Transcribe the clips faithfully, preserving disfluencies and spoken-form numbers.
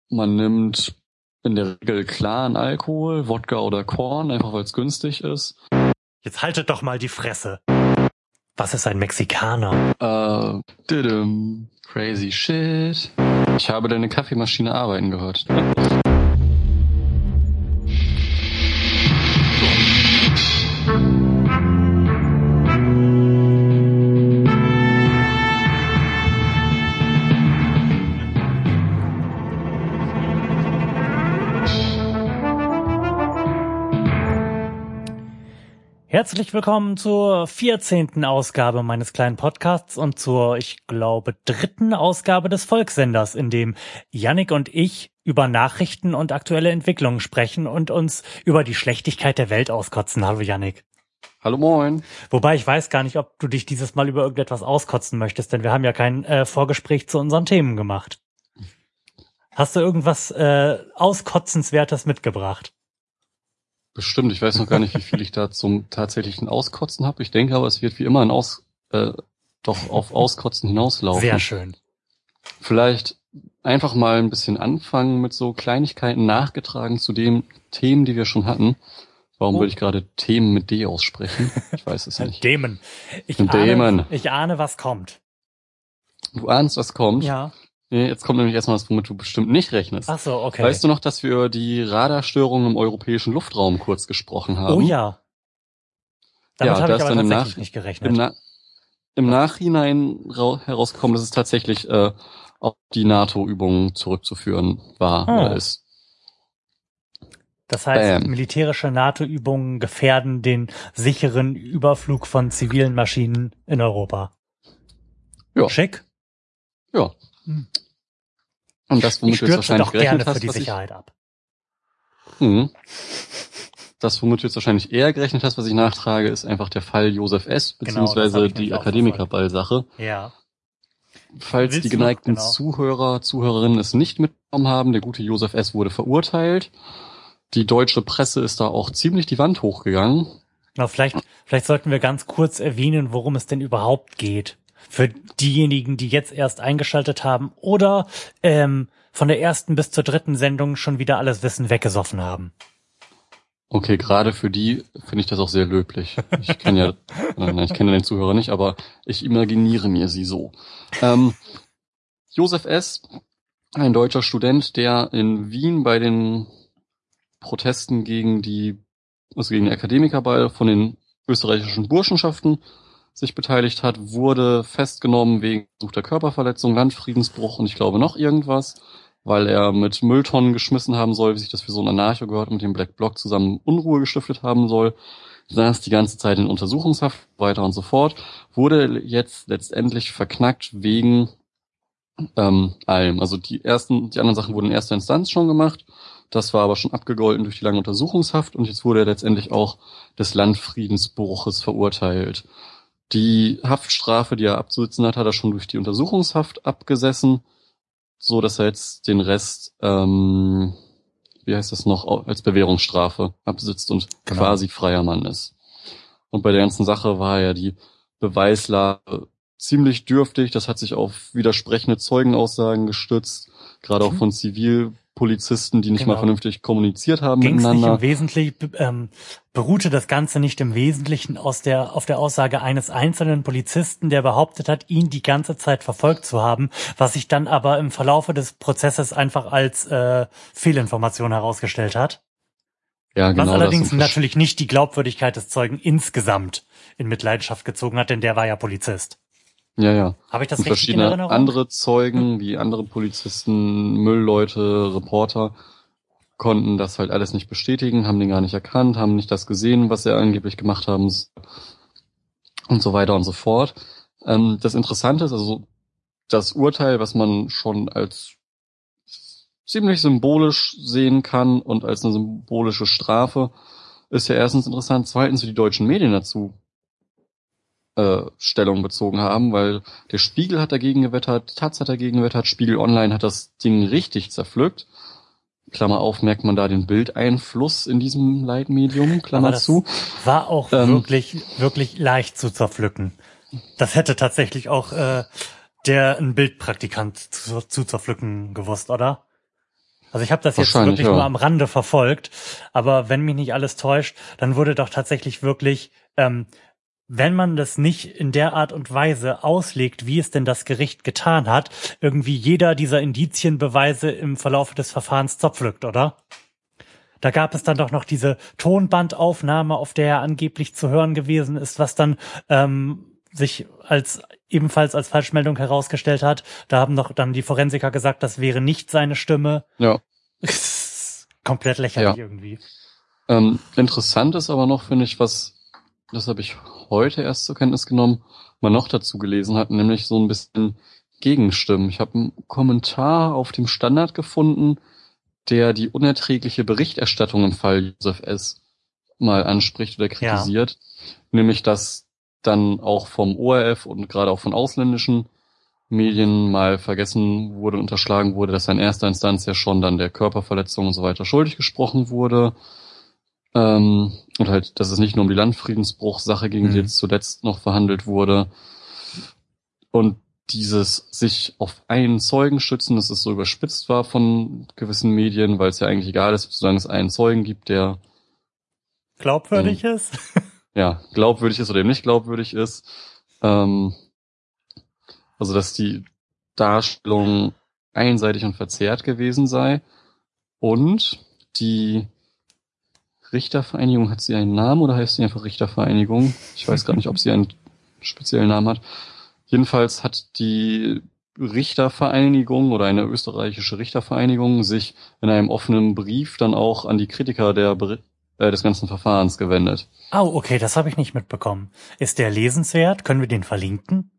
man nimmt in der Regel klaren Alkohol, Wodka oder Korn, einfach weil es günstig ist. Jetzt haltet doch mal die Fresse. Was ist ein Mexikaner? Äh, didim, crazy shit. Ich habe deine Kaffeemaschine arbeiten gehört. Herzlich willkommen zur vierzehnten Ausgabe meines kleinen Podcasts und zur, ich glaube, dritten Ausgabe des Volkssenders, in dem Yannick und ich über Nachrichten und aktuelle Entwicklungen sprechen und uns über die Schlechtigkeit der Welt auskotzen. Hallo Yannick. Hallo moin. Wobei ich weiß gar nicht, ob du dich dieses Mal über irgendetwas auskotzen möchtest, denn wir haben ja kein äh, Vorgespräch zu unseren Themen gemacht. Hast du irgendwas äh, Auskotzenswertes mitgebracht? Bestimmt, ich weiß noch gar nicht, wie viel ich da zum tatsächlichen Auskotzen habe. Ich denke aber, es wird wie immer ein Aus, äh, doch auf Auskotzen hinauslaufen. Sehr schön. Vielleicht einfach mal ein bisschen anfangen mit so Kleinigkeiten nachgetragen zu den Themen, die wir schon hatten. Warum Oh. würde ich gerade Themen mit D aussprechen? Ich weiß es nicht. Dämon. Ich Dämon. ahne, ich ahne, was kommt. Du ahnst, was kommt? Ja. Nee, jetzt kommt nämlich erstmal was, womit du bestimmt nicht rechnest. Ach so, okay. Weißt du noch, dass wir über die Radarstörungen im europäischen Luftraum kurz gesprochen haben? Oh ja. Damit Ja, habe da ich ist aber dann im tatsächlich Nach- nicht gerechnet. Im, Na- im Nachhinein ra- herausgekommen, dass es tatsächlich äh, auf die NATO-Übungen zurückzuführen war Ah. oder ist. Das heißt, Bam. militärische NATO-Übungen gefährden den sicheren Überflug von zivilen Maschinen in Europa. Ja. Schick. Ja. Hm. Und das, Ich womit du jetzt stürze wahrscheinlich doch gerne gerechnet für hast, die was ich, Sicherheit ab. hm, das, womit du jetzt wahrscheinlich eher gerechnet hast, was ich nachtrage, ist einfach der Fall Josef S., Genau, das beziehungsweise habe ich die nämlich auch Akademikerball-Sache. Ja. Falls Willst die du noch- geneigten genau. Zuhörer, Zuhörerinnen es nicht mitbekommen haben, der gute Josef S. wurde verurteilt. Die deutsche Presse ist da auch ziemlich die Wand hochgegangen. Na, vielleicht, vielleicht sollten wir ganz kurz erwähnen, worum es denn überhaupt geht. Für diejenigen, die jetzt erst eingeschaltet haben oder ähm, von der ersten bis zur dritten Sendung schon wieder alles Wissen weggesoffen haben. Okay, gerade für die finde ich das auch sehr löblich. Ich kenne ja, nein, ich kenne den Zuhörer nicht, aber ich imaginiere mir sie so. Ähm, Josef S., ein deutscher Student, der in Wien bei den Protesten gegen die, also gegen den Akademikerball von den österreichischen Burschenschaften sich beteiligt hat, wurde festgenommen wegen versuchter Körperverletzung, Landfriedensbruch und ich glaube noch irgendwas, weil er mit Mülltonnen geschmissen haben soll, wie sich das für so ein Anarcho gehört, und mit dem Black Bloc zusammen Unruhe gestiftet haben soll. Saß die ganze Zeit in Untersuchungshaft, weiter und so fort. Wurde jetzt letztendlich verknackt wegen ähm, allem. Also die ersten, die anderen Sachen wurden in erster Instanz schon gemacht. Das war aber schon abgegolten durch die lange Untersuchungshaft und jetzt wurde er letztendlich auch des Landfriedensbruches verurteilt. Die Haftstrafe, die er abzusitzen hat, hat er schon durch die Untersuchungshaft abgesessen, so dass er jetzt den Rest, ähm, wie heißt das noch, als Bewährungsstrafe absitzt und Genau. quasi freier Mann ist. Und bei der ganzen Sache war ja die Beweislage ziemlich dürftig. Das hat sich auf widersprechende Zeugenaussagen gestützt, gerade auch von Zivilpolizisten, die nicht Genau. mal vernünftig kommuniziert haben Ging es nicht miteinander. im Wesentlichen, ähm, beruhte das Ganze nicht im Wesentlichen aus der, auf der Aussage eines einzelnen Polizisten, der behauptet hat, ihn die ganze Zeit verfolgt zu haben, was sich dann aber im Verlaufe des Prozesses einfach als äh, Fehlinformation herausgestellt hat. Ja, genau. Was allerdings das und natürlich nicht die Glaubwürdigkeit des Zeugen insgesamt in Mitleidenschaft gezogen hat, denn der war ja Polizist. Ja, ja. Habe ich das Und richtig in verschiedene Erinnerung? andere Zeugen, wie andere Polizisten, Müllleute, Reporter, konnten das halt alles nicht bestätigen, haben den gar nicht erkannt, haben nicht das gesehen, was er angeblich gemacht haben und so weiter und so fort. Ähm, das Interessante ist also das Urteil, was man schon als ziemlich symbolisch sehen kann und als eine symbolische Strafe, ist ja erstens interessant, zweitens, wie die deutschen Medien dazu äh, Stellung bezogen haben, weil der Spiegel hat dagegen gewettert, Taz hat dagegen gewettert, Spiegel Online hat das Ding richtig zerpflückt. Klammer auf, merkt man da den Bildeinfluss in diesem Leitmedium, Klammer Aber das zu. war auch Ähm, wirklich, wirklich leicht zu zerpflücken. Das hätte tatsächlich auch äh, der ein Bildpraktikant zu, zu zerpflücken gewusst, oder? Also ich habe das jetzt wirklich ja. nur am Rande verfolgt, aber wenn mich nicht alles täuscht, dann wurde doch tatsächlich wirklich, ähm, wenn man das nicht in der Art und Weise auslegt, wie es denn das Gericht getan hat, irgendwie jeder dieser Indizienbeweise im Verlauf des Verfahrens zerpflückt, oder? Da gab es dann doch noch diese Tonbandaufnahme, auf der er angeblich zu hören gewesen ist, was dann ähm, sich als ebenfalls als Falschmeldung herausgestellt hat. Da haben noch dann die Forensiker gesagt, das wäre nicht seine Stimme. Ja. Komplett lächerlich ja. irgendwie. Ähm, interessant ist aber noch, finde ich, was, das habe ich heute erst zur Kenntnis genommen, man noch dazu gelesen hat, nämlich so ein bisschen Gegenstimmen. Ich habe einen Kommentar auf dem Standard gefunden, der die unerträgliche Berichterstattung im Fall Josef S. mal anspricht oder kritisiert. Ja. Nämlich, dass dann auch vom O R F und gerade auch von ausländischen Medien mal vergessen wurde, unterschlagen wurde, dass er in erster Instanz ja schon dann der Körperverletzung und so weiter schuldig gesprochen wurde. Ähm, und halt, dass es nicht nur um die Landfriedensbruchsache ging, mhm. die jetzt zuletzt noch verhandelt wurde. Und dieses sich auf einen Zeugen stützen, dass es so überspitzt war von gewissen Medien, weil es ja eigentlich egal ist, solange es einen Zeugen gibt, der glaubwürdig ähm, ist. ja, glaubwürdig ist oder eben nicht glaubwürdig ist. Ähm, also, dass die Darstellung einseitig und verzerrt gewesen sei. Und die Richtervereinigung, hat sie einen Namen oder heißt sie einfach Richtervereinigung? Ich weiß gar nicht, ob sie einen speziellen Namen hat. Jedenfalls hat die Richtervereinigung oder eine österreichische Richtervereinigung sich in einem offenen Brief dann auch an die Kritiker der äh, des ganzen Verfahrens gewendet. Oh, okay, das habe ich nicht mitbekommen. Ist der lesenswert? Können wir den verlinken?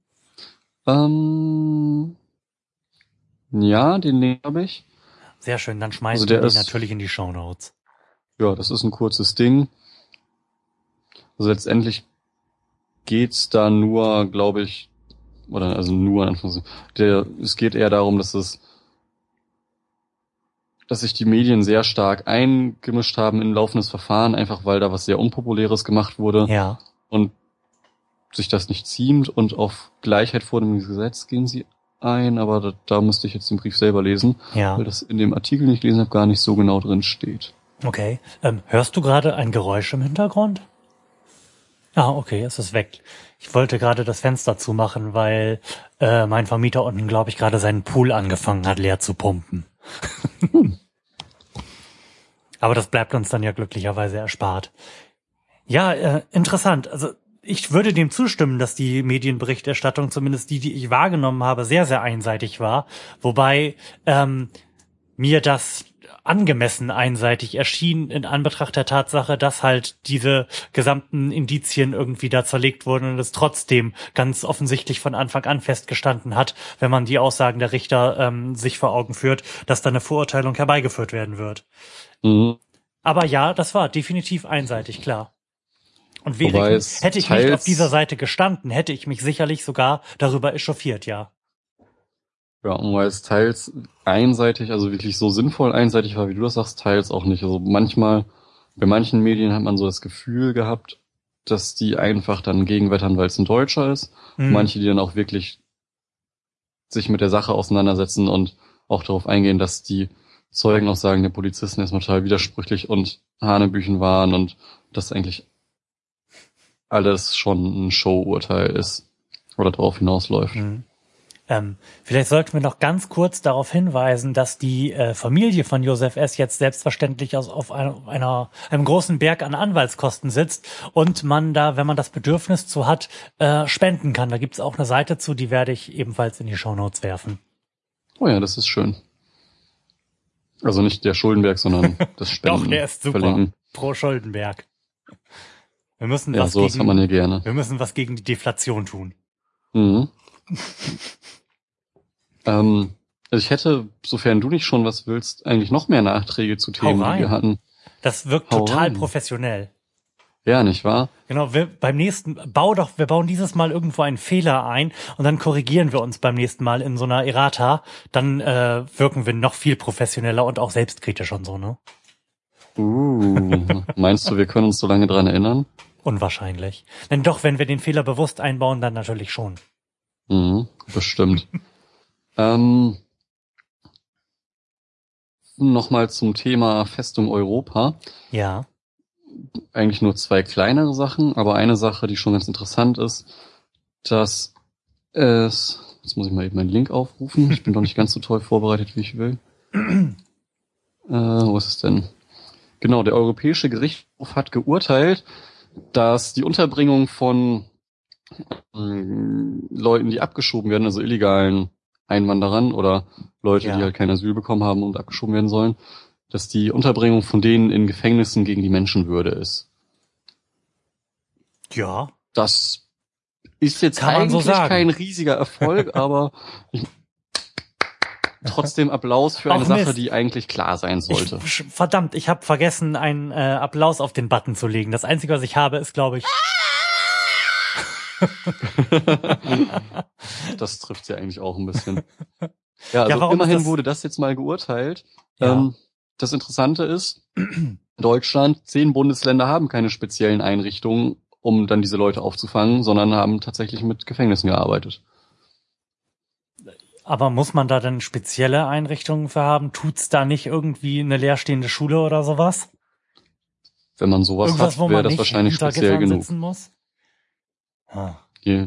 Ähm, ja, den habe ich. Sehr schön, dann schmeißen also wir den natürlich in die Shownotes. Ja, das ist ein kurzes Ding. Also letztendlich geht's da nur, glaube ich, oder also nur Anführungszeichen, der es geht eher darum, dass es dass sich die Medien sehr stark eingemischt haben in laufendes Verfahren, einfach weil da was sehr Unpopuläres gemacht wurde. Ja. Und sich das nicht ziemt und auf Gleichheit vor dem Gesetz gehen sie ein, aber da, da musste ich jetzt den Brief selber lesen, ja. weil das in dem Artikel, den ich gelesen habe, gar nicht so genau drin steht. Okay. Ähm, hörst du gerade ein Geräusch im Hintergrund? Ah, okay, es ist weg. Ich wollte gerade das Fenster zumachen, weil äh, mein Vermieter unten, glaube ich, gerade seinen Pool angefangen hat, leer zu pumpen. Hm. Aber das bleibt uns dann ja glücklicherweise erspart. Ja, äh, interessant. Also ich würde dem zustimmen, dass die Medienberichterstattung, zumindest die, die ich wahrgenommen habe, sehr, sehr einseitig war. Wobei ähm, mir das angemessen einseitig erschien in Anbetracht der Tatsache, dass halt diese gesamten Indizien irgendwie da zerlegt wurden und es trotzdem ganz offensichtlich von Anfang an festgestanden hat, wenn man die Aussagen der Richter ähm, sich vor Augen führt, dass da eine Verurteilung herbeigeführt werden wird. Mhm. Aber ja, das war definitiv einseitig, klar. Und wäre ich, hätte ich nicht auf dieser Seite gestanden, hätte ich mich sicherlich sogar darüber echauffiert, ja. Ja, und weil es teils einseitig, also wirklich so sinnvoll einseitig war, wie du das sagst, teils auch nicht. Also manchmal, bei manchen Medien hat man so das Gefühl gehabt, dass die einfach dann gegenwettern, weil es ein Deutscher ist. Mhm. Manche, die dann auch wirklich sich mit der Sache auseinandersetzen und auch darauf eingehen, dass die Zeugenaussagen der Polizisten erstmal total widersprüchlich und Hanebüchen waren und das eigentlich alles schon ein Show-Urteil ist oder darauf hinausläuft. Mhm. Ähm, vielleicht sollten wir noch ganz kurz darauf hinweisen, dass die äh, Familie von Josef S. jetzt selbstverständlich aus, auf einer, einer, einem großen Berg an Anwaltskosten sitzt und man da, wenn man das Bedürfnis zu hat, äh, spenden kann. Da gibt's auch eine Seite zu, die werde ich ebenfalls in die Shownotes werfen. Oh ja, das ist schön. Also nicht der Schuldenberg, sondern das Spenden. Doch, der ist super. Verlinken. Pro Schuldenberg. Wir müssen ja, was sowas gegen, hat man ja gerne. Wir müssen was gegen die Deflation tun. Mhm. ähm, also ich hätte, sofern du nicht schon was willst, eigentlich noch mehr Nachträge zu Themen, die wir hatten. Das wirkt Hau total rein. Professionell. Ja, nicht wahr? Genau, wir beim nächsten, bau doch, wir bauen dieses Mal irgendwo einen Fehler ein und dann korrigieren wir uns beim nächsten Mal in so einer Errata. Dann äh, wirken wir noch viel professioneller und auch selbstkritisch und so, ne? Uh, meinst du, wir können uns so lange dran erinnern? Unwahrscheinlich. Denn doch, wenn wir den Fehler bewusst einbauen, dann natürlich schon. Mhm, bestimmt. ähm, nochmal zum Thema Festung Europa. Ja. Eigentlich nur zwei kleinere Sachen, aber eine Sache, die schon ganz interessant ist, dass es, jetzt muss ich mal eben meinen Link aufrufen, ich bin doch nicht ganz so toll vorbereitet, wie ich will. äh, wo ist es denn? Genau, der Europäische Gerichtshof hat geurteilt, dass die Unterbringung von äh, Leuten, die abgeschoben werden, also illegalen Einwanderern oder Leute, Ja. die halt kein Asyl bekommen haben und abgeschoben werden sollen, dass die Unterbringung von denen in Gefängnissen gegen die Menschenwürde ist. Ja. Das ist jetzt Kann man so eigentlich sagen. kein riesiger Erfolg, aber ich, trotzdem Applaus für eine Ach, Sache, Mist. die eigentlich klar sein sollte. Ich, verdammt, ich habe vergessen, einen äh, Applaus auf den Button zu legen. Das Einzige, was ich habe, ist, glaube ich... Das trifft ja eigentlich auch ein bisschen. Ja, also Ja, warum immerhin ist das- wurde das jetzt mal geurteilt. Ja. Ähm, das Interessante ist, Deutschland, zehn Bundesländer haben keine speziellen Einrichtungen, um dann diese Leute aufzufangen, sondern haben tatsächlich mit Gefängnissen gearbeitet. Aber muss man da denn spezielle Einrichtungen für haben? Tut's da nicht irgendwie eine leerstehende Schule oder sowas? Wenn man sowas Irgendwas, wo hat, wäre man das nicht wahrscheinlich hinter speziell Gittern genug. sitzen muss? Ah. Je.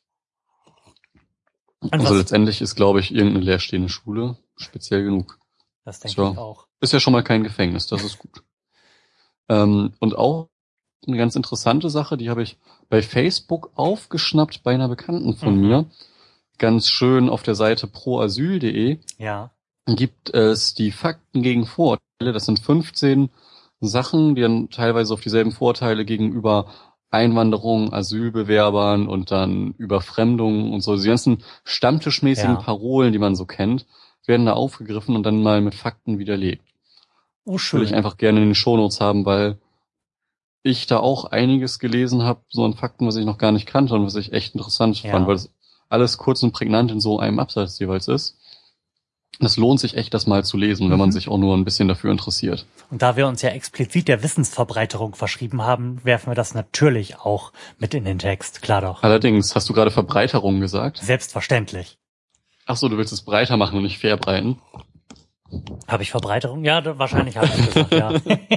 Und Also was, letztendlich ist, glaube ich, irgendeine leerstehende Schule speziell genug. das denke Tja. ich auch. Ist ja schon mal kein Gefängnis, das ist gut. ähm, und auch eine ganz interessante Sache, die habe ich bei Facebook aufgeschnappt bei einer Bekannten von Mhm. mir. Ganz schön auf der Seite proasyl punkt de Ja. gibt es die Fakten gegen Vorurteile. Das sind fünfzehn Sachen, die dann teilweise auf dieselben Vorurteile gegenüber Einwanderung, Asylbewerbern und dann Überfremdung und so. Die ganzen stammtischmäßigen Ja. Parolen, die man so kennt, werden da aufgegriffen und dann mal mit Fakten widerlegt. Oh, Würde schön. ich einfach gerne in den Shownotes haben, weil ich da auch einiges gelesen habe, so an Fakten, was ich noch gar nicht kannte und was ich echt interessant Ja. fand, weil es alles kurz und prägnant in so einem Absatz jeweils ist. Das lohnt sich echt, das mal zu lesen, wenn man Mhm. sich auch nur ein bisschen dafür interessiert. Und da wir uns ja explizit der Wissensverbreiterung verschrieben haben, werfen wir das natürlich auch mit in den Text. Klar doch. Allerdings, hast du gerade Verbreiterung gesagt? Selbstverständlich. Ach so, du willst es breiter machen und nicht verbreiten? Habe ich Verbreiterung? Ja, da, wahrscheinlich habe ich gesagt, ja.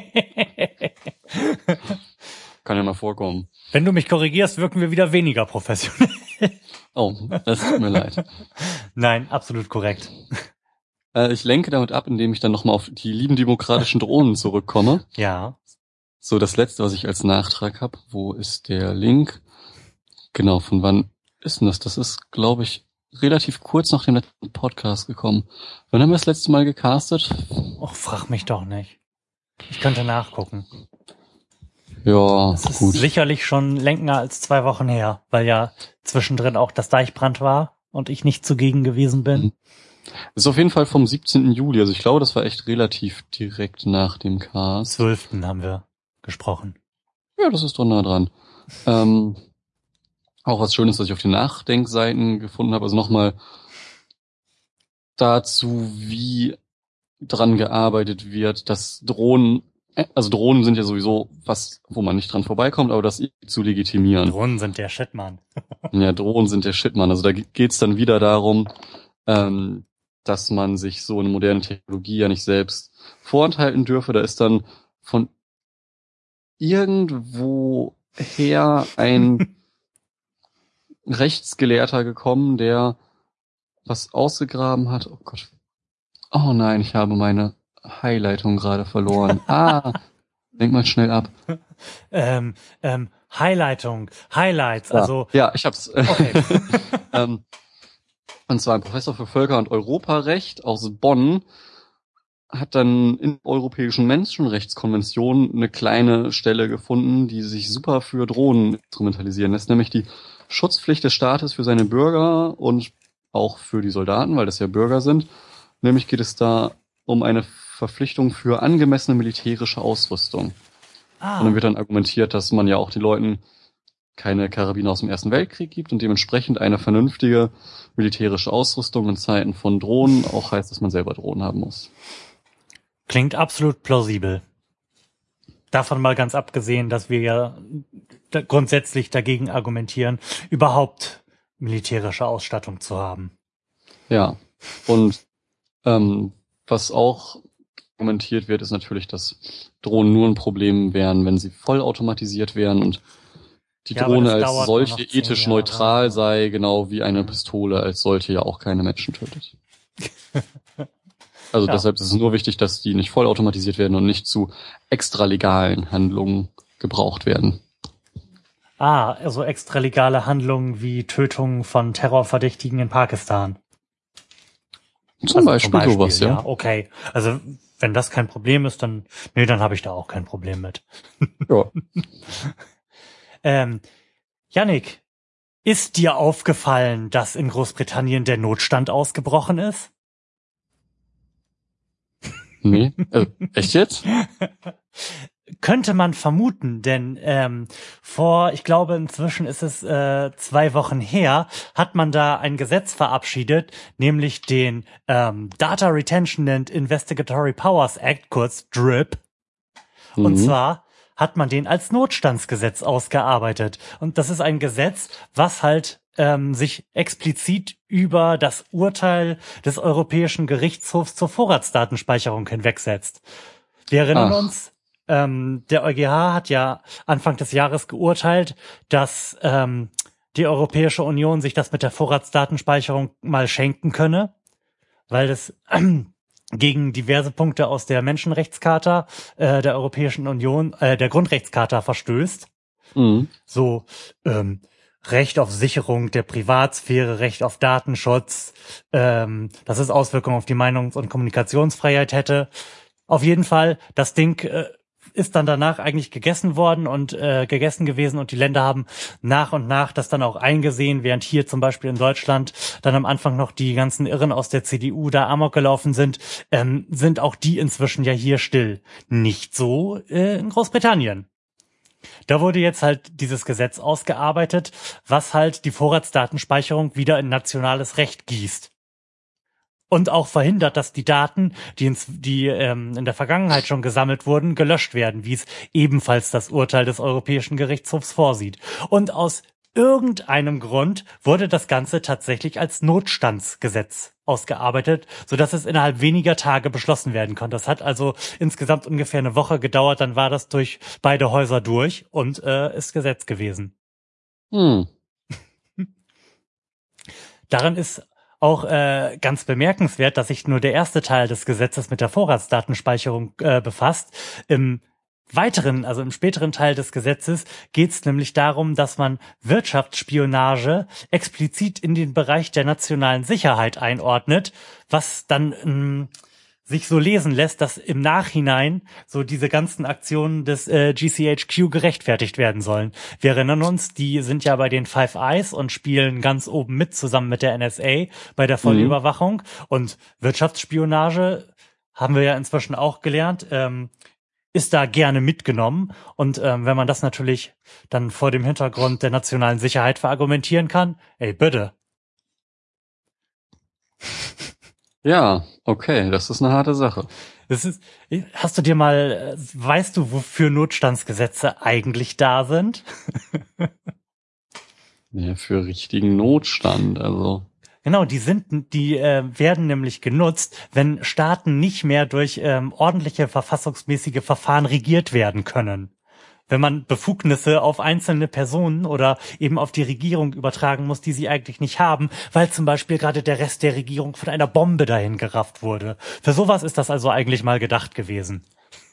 Kann ja mal vorkommen. Wenn du mich korrigierst, wirken wir wieder weniger professionell. Oh, das tut mir leid. Nein, absolut korrekt. Äh, ich lenke damit ab, indem ich dann nochmal auf die lieben demokratischen Drohnen zurückkomme. Ja. So, das letzte, was ich als Nachtrag habe. Wo ist der Link? Genau, von wann ist denn das? Das ist, glaube ich, relativ kurz nach dem letzten Podcast gekommen. Wann haben wir das letzte Mal gecastet? Och, frag mich doch nicht. Ich könnte nachgucken. Ja, Es ist gut. sicherlich schon länger als zwei Wochen her, weil ja zwischendrin auch das Deichbrand war und ich nicht zugegen gewesen bin. Mhm. Das ist auf jeden Fall vom siebzehnten Juli. Also ich glaube, das war echt relativ direkt nach dem Cast. zwölften haben wir gesprochen. Ja, das ist doch nah dran. Ähm, auch was Schönes, was ich auf den Nachdenkseiten gefunden habe. Also nochmal dazu, wie dran gearbeitet wird, dass Drohnen, also Drohnen sind ja sowieso was, wo man nicht dran vorbeikommt, aber das zu legitimieren. Drohnen sind der Shit, Mann. Ja, Drohnen sind der Shit, Mann. Also da geht's dann wieder darum, ähm, dass man sich so eine moderne Technologie ja nicht selbst vorenthalten dürfe. Da ist dann von irgendwo her ein Rechtsgelehrter gekommen, der was ausgegraben hat. Oh Gott. Oh nein, ich habe meine Highlightung gerade verloren. Ah, denk mal schnell ab. Ähm, ähm, Highlightung, Highlights, also, Ja, ich hab's. okay. ähm, und zwar ein Professor für Völker- und Europarecht aus Bonn hat dann in der Europäischen Menschenrechtskonvention eine kleine Stelle gefunden, die sich super für Drohnen instrumentalisieren lässt, nämlich die Schutzpflicht des Staates für seine Bürger und auch für die Soldaten, weil das ja Bürger sind. Nämlich geht es da um eine Verpflichtung für angemessene militärische Ausrüstung. Ah, Und dann wird dann argumentiert, dass man ja auch den Leuten keine Karabiner aus dem Ersten Weltkrieg gibt und dementsprechend eine vernünftige militärische Ausrüstung in Zeiten von Drohnen auch heißt, dass man selber Drohnen haben muss. klingt absolut plausibel. Davon mal ganz abgesehen, dass wir ja da grundsätzlich dagegen argumentieren, überhaupt militärische Ausstattung zu haben. Ja, und ähm, was auch argumentiert wird, ist natürlich, dass Drohnen nur ein Problem wären, wenn sie vollautomatisiert wären und die Ja, aber Drohne das als dauert nur solche noch zehn ethisch Jahre. neutral sei, genau wie eine Mhm. Pistole als solche ja auch keine Menschen tötet. Also Ja. deshalb ist es nur wichtig, dass die nicht vollautomatisiert werden und nicht zu extralegalen Handlungen gebraucht werden. Ah, also extralegale Handlungen wie Tötung von Terrorverdächtigen in Pakistan. Zum, Also Beispiel, zum Beispiel sowas, ja. ja. Okay. Also wenn das kein Problem ist, dann nee, dann habe ich da auch kein Problem mit. Ja. Ähm, Yannick, ist dir aufgefallen, dass in Großbritannien der Notstand ausgebrochen ist? Nee. Äh, echt jetzt? Könnte man vermuten, denn ähm, vor, ich glaube inzwischen ist es äh, zwei Wochen her, hat man da ein Gesetz verabschiedet, nämlich den ähm, Data Retention and Investigatory Powers Act, kurz D R I P. Und Mhm. zwar hat man den als Notstandsgesetz ausgearbeitet. Und das ist ein Gesetz, was halt ähm, sich explizit über das Urteil des Europäischen Gerichtshofs zur Vorratsdatenspeicherung hinwegsetzt. Wir erinnern Ach. uns, ähm, der EuGH hat ja Anfang des Jahres geurteilt, dass ähm, die Europäische Union sich das mit der Vorratsdatenspeicherung mal schenken könne, weil das äh, gegen diverse Punkte aus der Menschenrechtscharta äh, der Europäischen Union, äh, der Grundrechtscharta verstößt. Mhm. So ähm, Recht auf Sicherung der Privatsphäre, Recht auf Datenschutz, ähm, dass es Auswirkungen auf die Meinungs- und Kommunikationsfreiheit hätte. Auf jeden Fall, das Ding äh, ist dann danach eigentlich gegessen worden und äh, gegessen gewesen und die Länder haben nach und nach das dann auch eingesehen, während hier zum Beispiel in Deutschland dann am Anfang noch die ganzen Irren aus der C D U da amok gelaufen sind, ähm, sind auch die inzwischen ja hier still. Nicht so äh, in Großbritannien. Da wurde jetzt halt dieses Gesetz ausgearbeitet, was halt die Vorratsdatenspeicherung wieder in nationales Recht gießt. Und auch verhindert, dass die Daten, die, ins, die ähm, in der Vergangenheit schon gesammelt wurden, gelöscht werden, wie es ebenfalls das Urteil des Europäischen Gerichtshofs vorsieht. Und aus irgendeinem Grund wurde das Ganze tatsächlich als Notstandsgesetz ausgearbeitet, sodass es innerhalb weniger Tage beschlossen werden konnte. Das hat also insgesamt ungefähr eine Woche gedauert, dann war das durch beide Häuser durch und äh, ist Gesetz gewesen. Hm. Daran ist auch äh, ganz bemerkenswert, dass sich nur der erste Teil des Gesetzes mit der Vorratsdatenspeicherung äh, befasst. Im weiteren, also im späteren Teil des Gesetzes geht es nämlich darum, dass man Wirtschaftsspionage explizit in den Bereich der nationalen Sicherheit einordnet, was dann ähm, sich so lesen lässt, dass im Nachhinein so diese ganzen Aktionen des äh, G C H Q gerechtfertigt werden sollen. Wir erinnern uns, die sind ja bei den Five Eyes und spielen ganz oben mit zusammen mit der N S A bei der Vollüberwachung. Und Wirtschaftsspionage, haben wir ja inzwischen auch gelernt, ähm, ist da gerne mitgenommen. Und ähm, wenn man das natürlich dann vor dem Hintergrund der nationalen Sicherheit verargumentieren kann, ey, bitte. Ja, okay, das ist eine harte Sache. Das ist, hast du dir mal, weißt du, wofür Notstandsgesetze eigentlich da sind? Ja, für richtigen Notstand, also. Genau, die sind, die äh, werden nämlich genutzt, wenn Staaten nicht mehr durch ähm, ordentliche verfassungsmäßige Verfahren regiert werden können. Wenn man Befugnisse auf einzelne Personen oder eben auf die Regierung übertragen muss, die sie eigentlich nicht haben, weil zum Beispiel gerade der Rest der Regierung von einer Bombe dahin gerafft wurde. Für sowas ist das also eigentlich mal gedacht gewesen.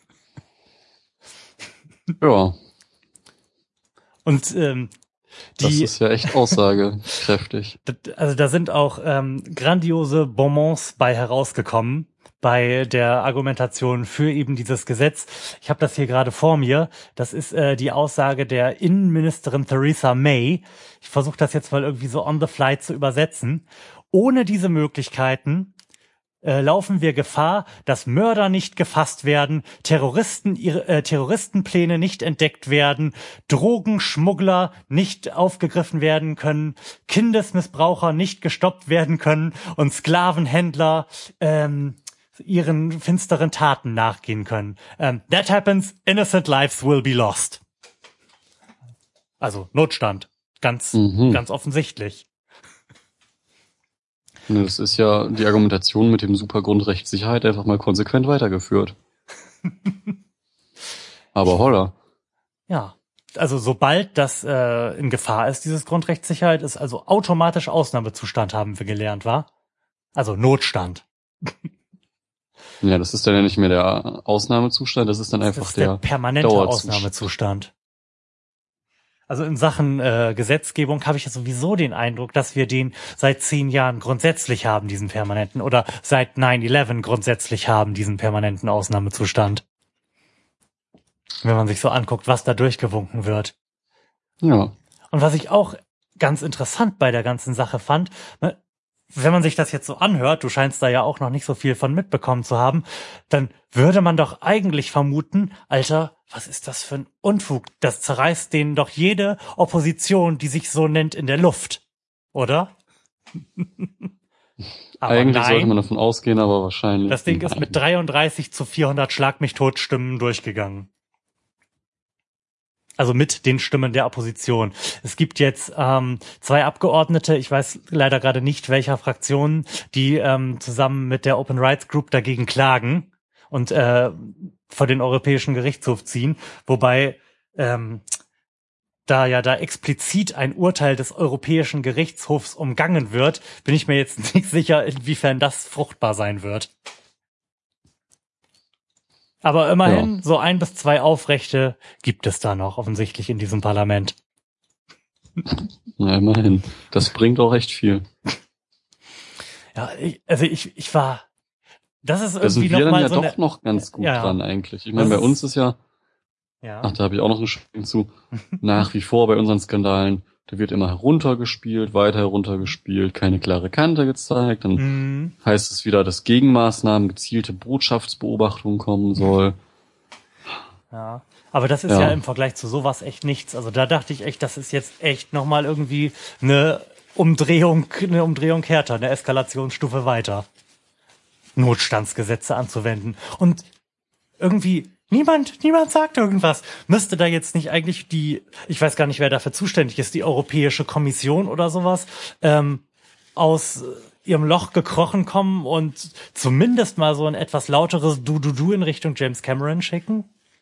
Ja. Und ähm, die, das ist ja echt aussagekräftig. Also da sind auch ähm, grandiose Bonbons bei herausgekommen bei der Argumentation für eben dieses Gesetz. Ich habe das hier gerade vor mir. Das ist äh, die Aussage der Innenministerin Theresa May. Ich versuche das jetzt mal irgendwie so on the fly zu übersetzen. Ohne diese Möglichkeiten äh, laufen wir Gefahr, dass Mörder nicht gefasst werden, Terroristen ihre äh, Terroristenpläne nicht entdeckt werden, Drogenschmuggler nicht aufgegriffen werden können, Kindesmissbraucher nicht gestoppt werden können und Sklavenhändler ähm, ihren finsteren Taten nachgehen können. Ähm, that happens, innocent lives will be lost. Also Notstand, ganz, Mhm. ganz offensichtlich. Das ist ja die Argumentation mit dem Supergrundrecht Sicherheit einfach mal konsequent weitergeführt. Aber holla. Ja, also sobald das äh, in Gefahr ist, dieses Grundrecht Sicherheit, ist also automatisch Ausnahmezustand, haben wir gelernt, wa? Also Notstand. Ja, das ist dann ja nicht mehr der Ausnahmezustand, das ist dann einfach das ist der, der permanente Dauerzustand. Ausnahmezustand. Also in Sachen äh, Gesetzgebung habe ich ja sowieso den Eindruck, dass wir den seit zehn Jahren grundsätzlich haben, diesen permanenten, oder seit nine eleven grundsätzlich haben, diesen permanenten Ausnahmezustand. Wenn man sich so anguckt, was da durchgewunken wird. Ja. Und was ich auch ganz interessant bei der ganzen Sache fand, wenn man sich das jetzt so anhört, du scheinst da ja auch noch nicht so viel von mitbekommen zu haben, dann würde man doch eigentlich vermuten, Alter, was ist das für ein Unfug? Das zerreißt denen doch jede Opposition, die sich so nennt, in der Luft, oder? Aber eigentlich nein, sollte man davon ausgehen, aber wahrscheinlich. das Ding nein. ist mit dreiunddreißig zu vierhundert Schlag mich tot Stimmen durchgegangen. Also mit den Stimmen der Opposition. Es gibt jetzt ähm, zwei Abgeordnete, ich weiß leider gerade nicht, welcher Fraktion, die ähm, zusammen mit der Open Rights Group dagegen klagen und äh, vor den Europäischen Gerichtshof ziehen, wobei ähm, da ja da explizit ein Urteil des Europäischen Gerichtshofs umgangen wird, bin ich mir jetzt nicht sicher, inwiefern das fruchtbar sein wird. Aber immerhin, ja. So ein bis zwei Aufrechte gibt es da noch offensichtlich in diesem Parlament. Ja, immerhin. Das bringt auch echt viel. Ja, ich, also ich, ich war, das ist irgendwie da sind wir noch dann mal ja so doch eine, noch ganz gut ja, dran eigentlich. Ich meine, bei uns ist ja, ja. ach, da habe ich auch noch einen Schwenk zu, nach wie vor bei unseren Skandalen, da wird immer heruntergespielt, weiter heruntergespielt, keine klare Kante gezeigt, dann Mhm. heißt es wieder, dass Gegenmaßnahmen, gezielte Botschaftsbeobachtung kommen soll. Ja, aber das ist Ja. ja im Vergleich zu sowas echt nichts. Also da dachte ich echt, das ist jetzt echt nochmal irgendwie eine Umdrehung, eine Umdrehung härter, eine Eskalationsstufe weiter. Notstandsgesetze anzuwenden. Und irgendwie niemand, niemand sagt irgendwas. Müsste da jetzt nicht eigentlich die, ich weiß gar nicht, wer dafür zuständig ist, die Europäische Kommission oder sowas, ähm, aus ihrem Loch gekrochen kommen und zumindest mal so ein etwas lauteres Du-Du-Du in Richtung James Cameron schicken?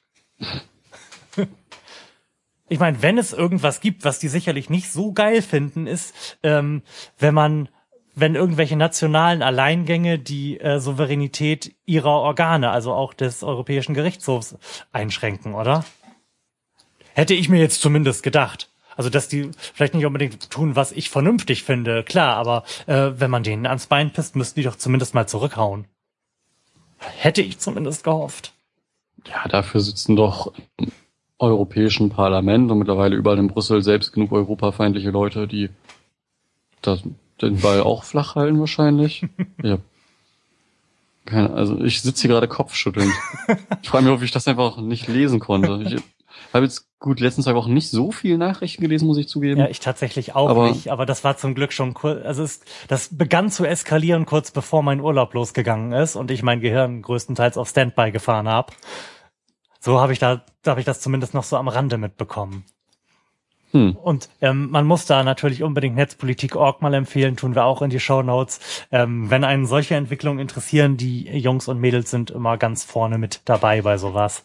Ich meine, wenn es irgendwas gibt, was die sicherlich nicht so geil finden, ist, ähm, wenn man, wenn irgendwelche nationalen Alleingänge die äh, Souveränität ihrer Organe, also auch des Europäischen Gerichtshofs, einschränken, oder? Hätte ich mir jetzt zumindest gedacht. Also, dass die vielleicht nicht unbedingt tun, was ich vernünftig finde, klar, aber äh, wenn man denen ans Bein pisst, müssten die doch zumindest mal zurückhauen. Hätte ich zumindest gehofft. Ja, dafür sitzen doch im Europäischen Parlament und mittlerweile überall in Brüssel selbst genug europafeindliche Leute, die das, den Ball auch flach halten wahrscheinlich. Ja. Keine, also ich sitze hier gerade kopfschüttelnd. Ich frage mich, ob ich das einfach nicht lesen konnte. Ich habe jetzt gut letzten zwei Wochen nicht so viel Nachrichten gelesen, muss ich zugeben. Ja, ich tatsächlich auch aber, nicht, aber das war zum Glück schon kurz, also es, das begann zu eskalieren kurz bevor mein Urlaub losgegangen ist und ich mein Gehirn größtenteils auf Standby gefahren habe. So habe ich da, da habe ich das zumindest noch so am Rande mitbekommen. Hm. Und ähm, man muss da natürlich unbedingt Netzpolitik Punkt org mal empfehlen, tun wir auch in die Shownotes. Ähm, wenn einen solche Entwicklungen interessieren, die Jungs und Mädels sind immer ganz vorne mit dabei bei sowas.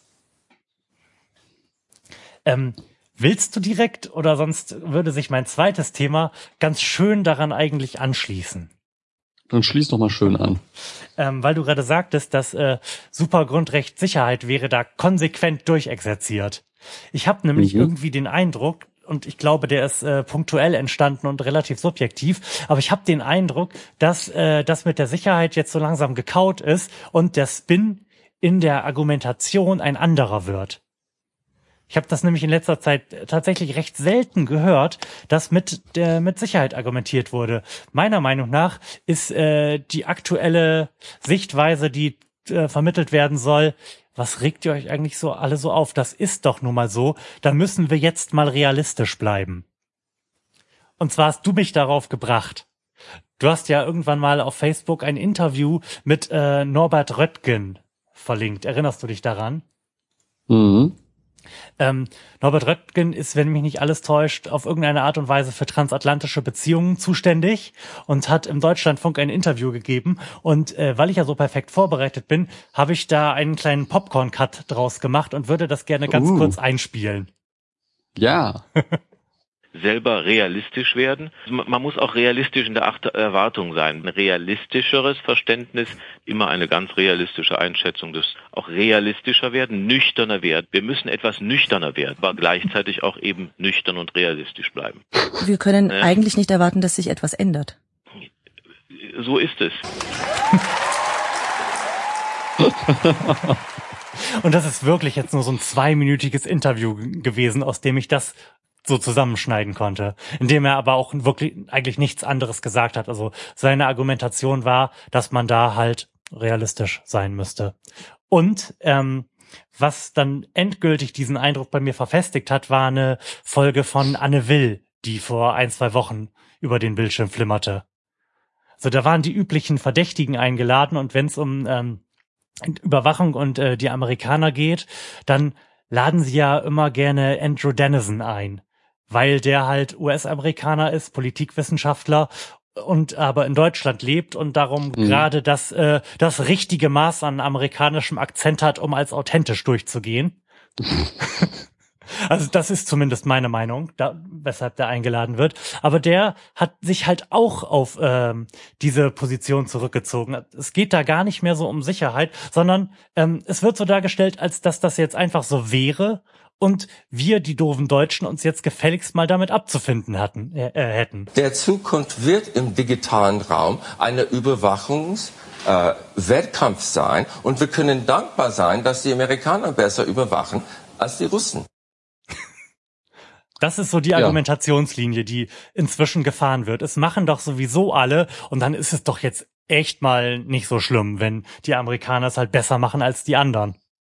Ähm, willst du direkt oder sonst würde sich mein zweites Thema ganz schön daran eigentlich anschließen? Dann schließ doch mal schön an. Ähm, weil du gerade sagtest, dass äh, Supergrundrecht Sicherheit wäre da konsequent durchexerziert. Ich habe nämlich Mhm. irgendwie den Eindruck, und ich glaube, der ist äh, punktuell entstanden und relativ subjektiv, aber ich habe den Eindruck, dass äh, das mit der Sicherheit jetzt so langsam gekaut ist und der Spin in der Argumentation ein anderer wird. Ich habe das nämlich in letzter Zeit tatsächlich recht selten gehört, dass mit der mit Sicherheit argumentiert wurde. Meiner Meinung nach ist äh, die aktuelle Sichtweise, die äh, vermittelt werden soll, was regt ihr euch eigentlich so alle so auf? Das ist doch nun mal so. Da müssen wir jetzt mal realistisch bleiben. Und zwar hast du mich darauf gebracht. Du hast ja irgendwann mal auf Facebook ein Interview mit äh, Norbert Röttgen verlinkt. Erinnerst du dich daran? Mhm. Ähm, Norbert Röttgen ist, wenn mich nicht alles täuscht, auf irgendeine Art und Weise für transatlantische Beziehungen zuständig und hat im Deutschlandfunk ein Interview gegeben. Und äh, weil ich ja so perfekt vorbereitet bin, habe ich da einen kleinen Popcorn-Cut draus gemacht und würde das gerne ganz Uh. kurz einspielen. Ja. Selber realistisch werden. Man muss auch realistisch in der Erwartung sein. Ein realistischeres Verständnis, immer eine ganz realistische Einschätzung des auch realistischer werden, nüchterner werden. Wir müssen etwas nüchterner werden, aber gleichzeitig auch eben nüchtern und realistisch bleiben. Wir können äh, eigentlich nicht erwarten, dass sich etwas ändert. So ist es. Und das ist wirklich jetzt nur so ein zweiminütiges Interview gewesen, aus dem ich das so zusammenschneiden konnte, indem er aber auch wirklich eigentlich nichts anderes gesagt hat. Also seine Argumentation war, dass man da halt realistisch sein müsste. Und ähm, was dann endgültig diesen Eindruck bei mir verfestigt hat, war eine Folge von Anne Will, die vor ein, zwei Wochen über den Bildschirm flimmerte. Also da waren die üblichen Verdächtigen eingeladen und wenn es um ähm, Überwachung und äh, die Amerikaner geht, dann laden sie ja immer gerne Andrew Dennison ein, weil der halt U S-Amerikaner ist, Politikwissenschaftler und aber in Deutschland lebt und darum mhm. gerade das äh, das richtige Maß an amerikanischem Akzent hat, um als authentisch durchzugehen. Also das ist zumindest meine Meinung, da, weshalb der eingeladen wird. Aber der hat sich halt auch auf ähm, diese Position zurückgezogen. Es geht da gar nicht mehr so um Sicherheit, sondern ähm, es wird so dargestellt, als dass das jetzt einfach so wäre und wir, die doofen Deutschen, uns jetzt gefälligst mal damit abzufinden hatten, äh, äh, hätten. Der Zukunft wird im digitalen Raum eine Überwachungs- äh, Wettkampf sein und wir können dankbar sein, dass die Amerikaner besser überwachen als die Russen. Das ist so die Ja. Argumentationslinie, die inzwischen gefahren wird. Es machen doch sowieso alle und dann ist es doch jetzt echt mal nicht so schlimm, wenn die Amerikaner es halt besser machen als die anderen.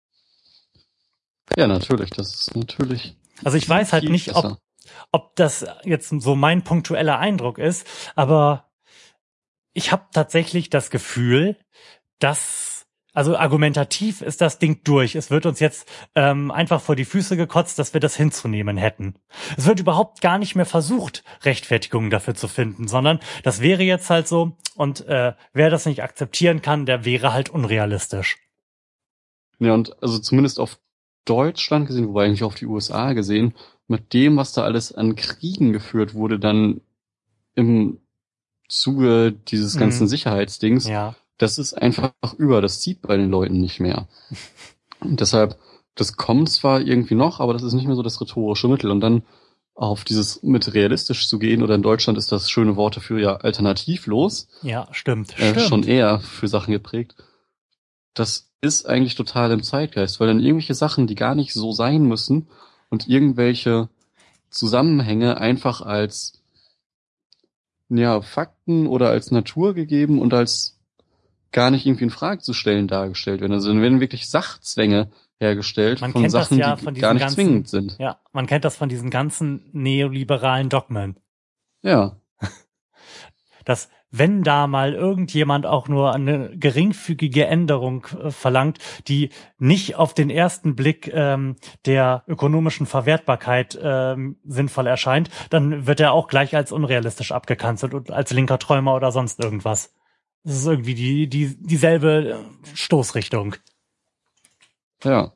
Ja, natürlich. Das ist natürlich. Also ich weiß halt viel nicht, ob, besser. ob das jetzt so mein punktueller Eindruck ist, aber ich habe tatsächlich das Gefühl, dass, also argumentativ ist das Ding durch. Es wird uns jetzt ähm, einfach vor die Füße gekotzt, dass wir das hinzunehmen hätten. Es wird überhaupt gar nicht mehr versucht, Rechtfertigungen dafür zu finden, sondern das wäre jetzt halt so und äh, wer das nicht akzeptieren kann, der wäre halt unrealistisch. Ja, und also zumindest auf Deutschland gesehen, wobei eigentlich auf die U S A gesehen, mit dem, was da alles an Kriegen geführt wurde, dann im Zuge dieses ganzen Mhm. Sicherheitsdings, Ja. das ist einfach über, das zieht bei den Leuten nicht mehr. Und deshalb, das kommt zwar irgendwie noch, aber das ist nicht mehr so das rhetorische Mittel. Und dann auf dieses mit realistisch zu gehen, oder in Deutschland ist das schöne Wort dafür ja alternativlos, Ja, stimmt. äh, stimmt. schon eher für Sachen geprägt. Das ist eigentlich total im Zeitgeist, weil dann irgendwelche Sachen, die gar nicht so sein müssen und irgendwelche Zusammenhänge einfach als ja Fakten oder als Natur gegeben und als gar nicht irgendwie in Frage zu stellen dargestellt werden. Also dann werden wirklich Sachzwänge hergestellt Man von kennt das Sachen, ja die von diesen gar nicht ganzen- zwingend sind. Ja, man kennt das von diesen ganzen neoliberalen Dogmen. Ja, Dass wenn da mal irgendjemand auch nur eine geringfügige Änderung äh, verlangt, die nicht auf den ersten Blick ähm, der ökonomischen Verwertbarkeit ähm, sinnvoll erscheint, dann wird er auch gleich als unrealistisch abgekanzelt und als linker Träumer oder sonst irgendwas. Das ist irgendwie die, die dieselbe Stoßrichtung. ja.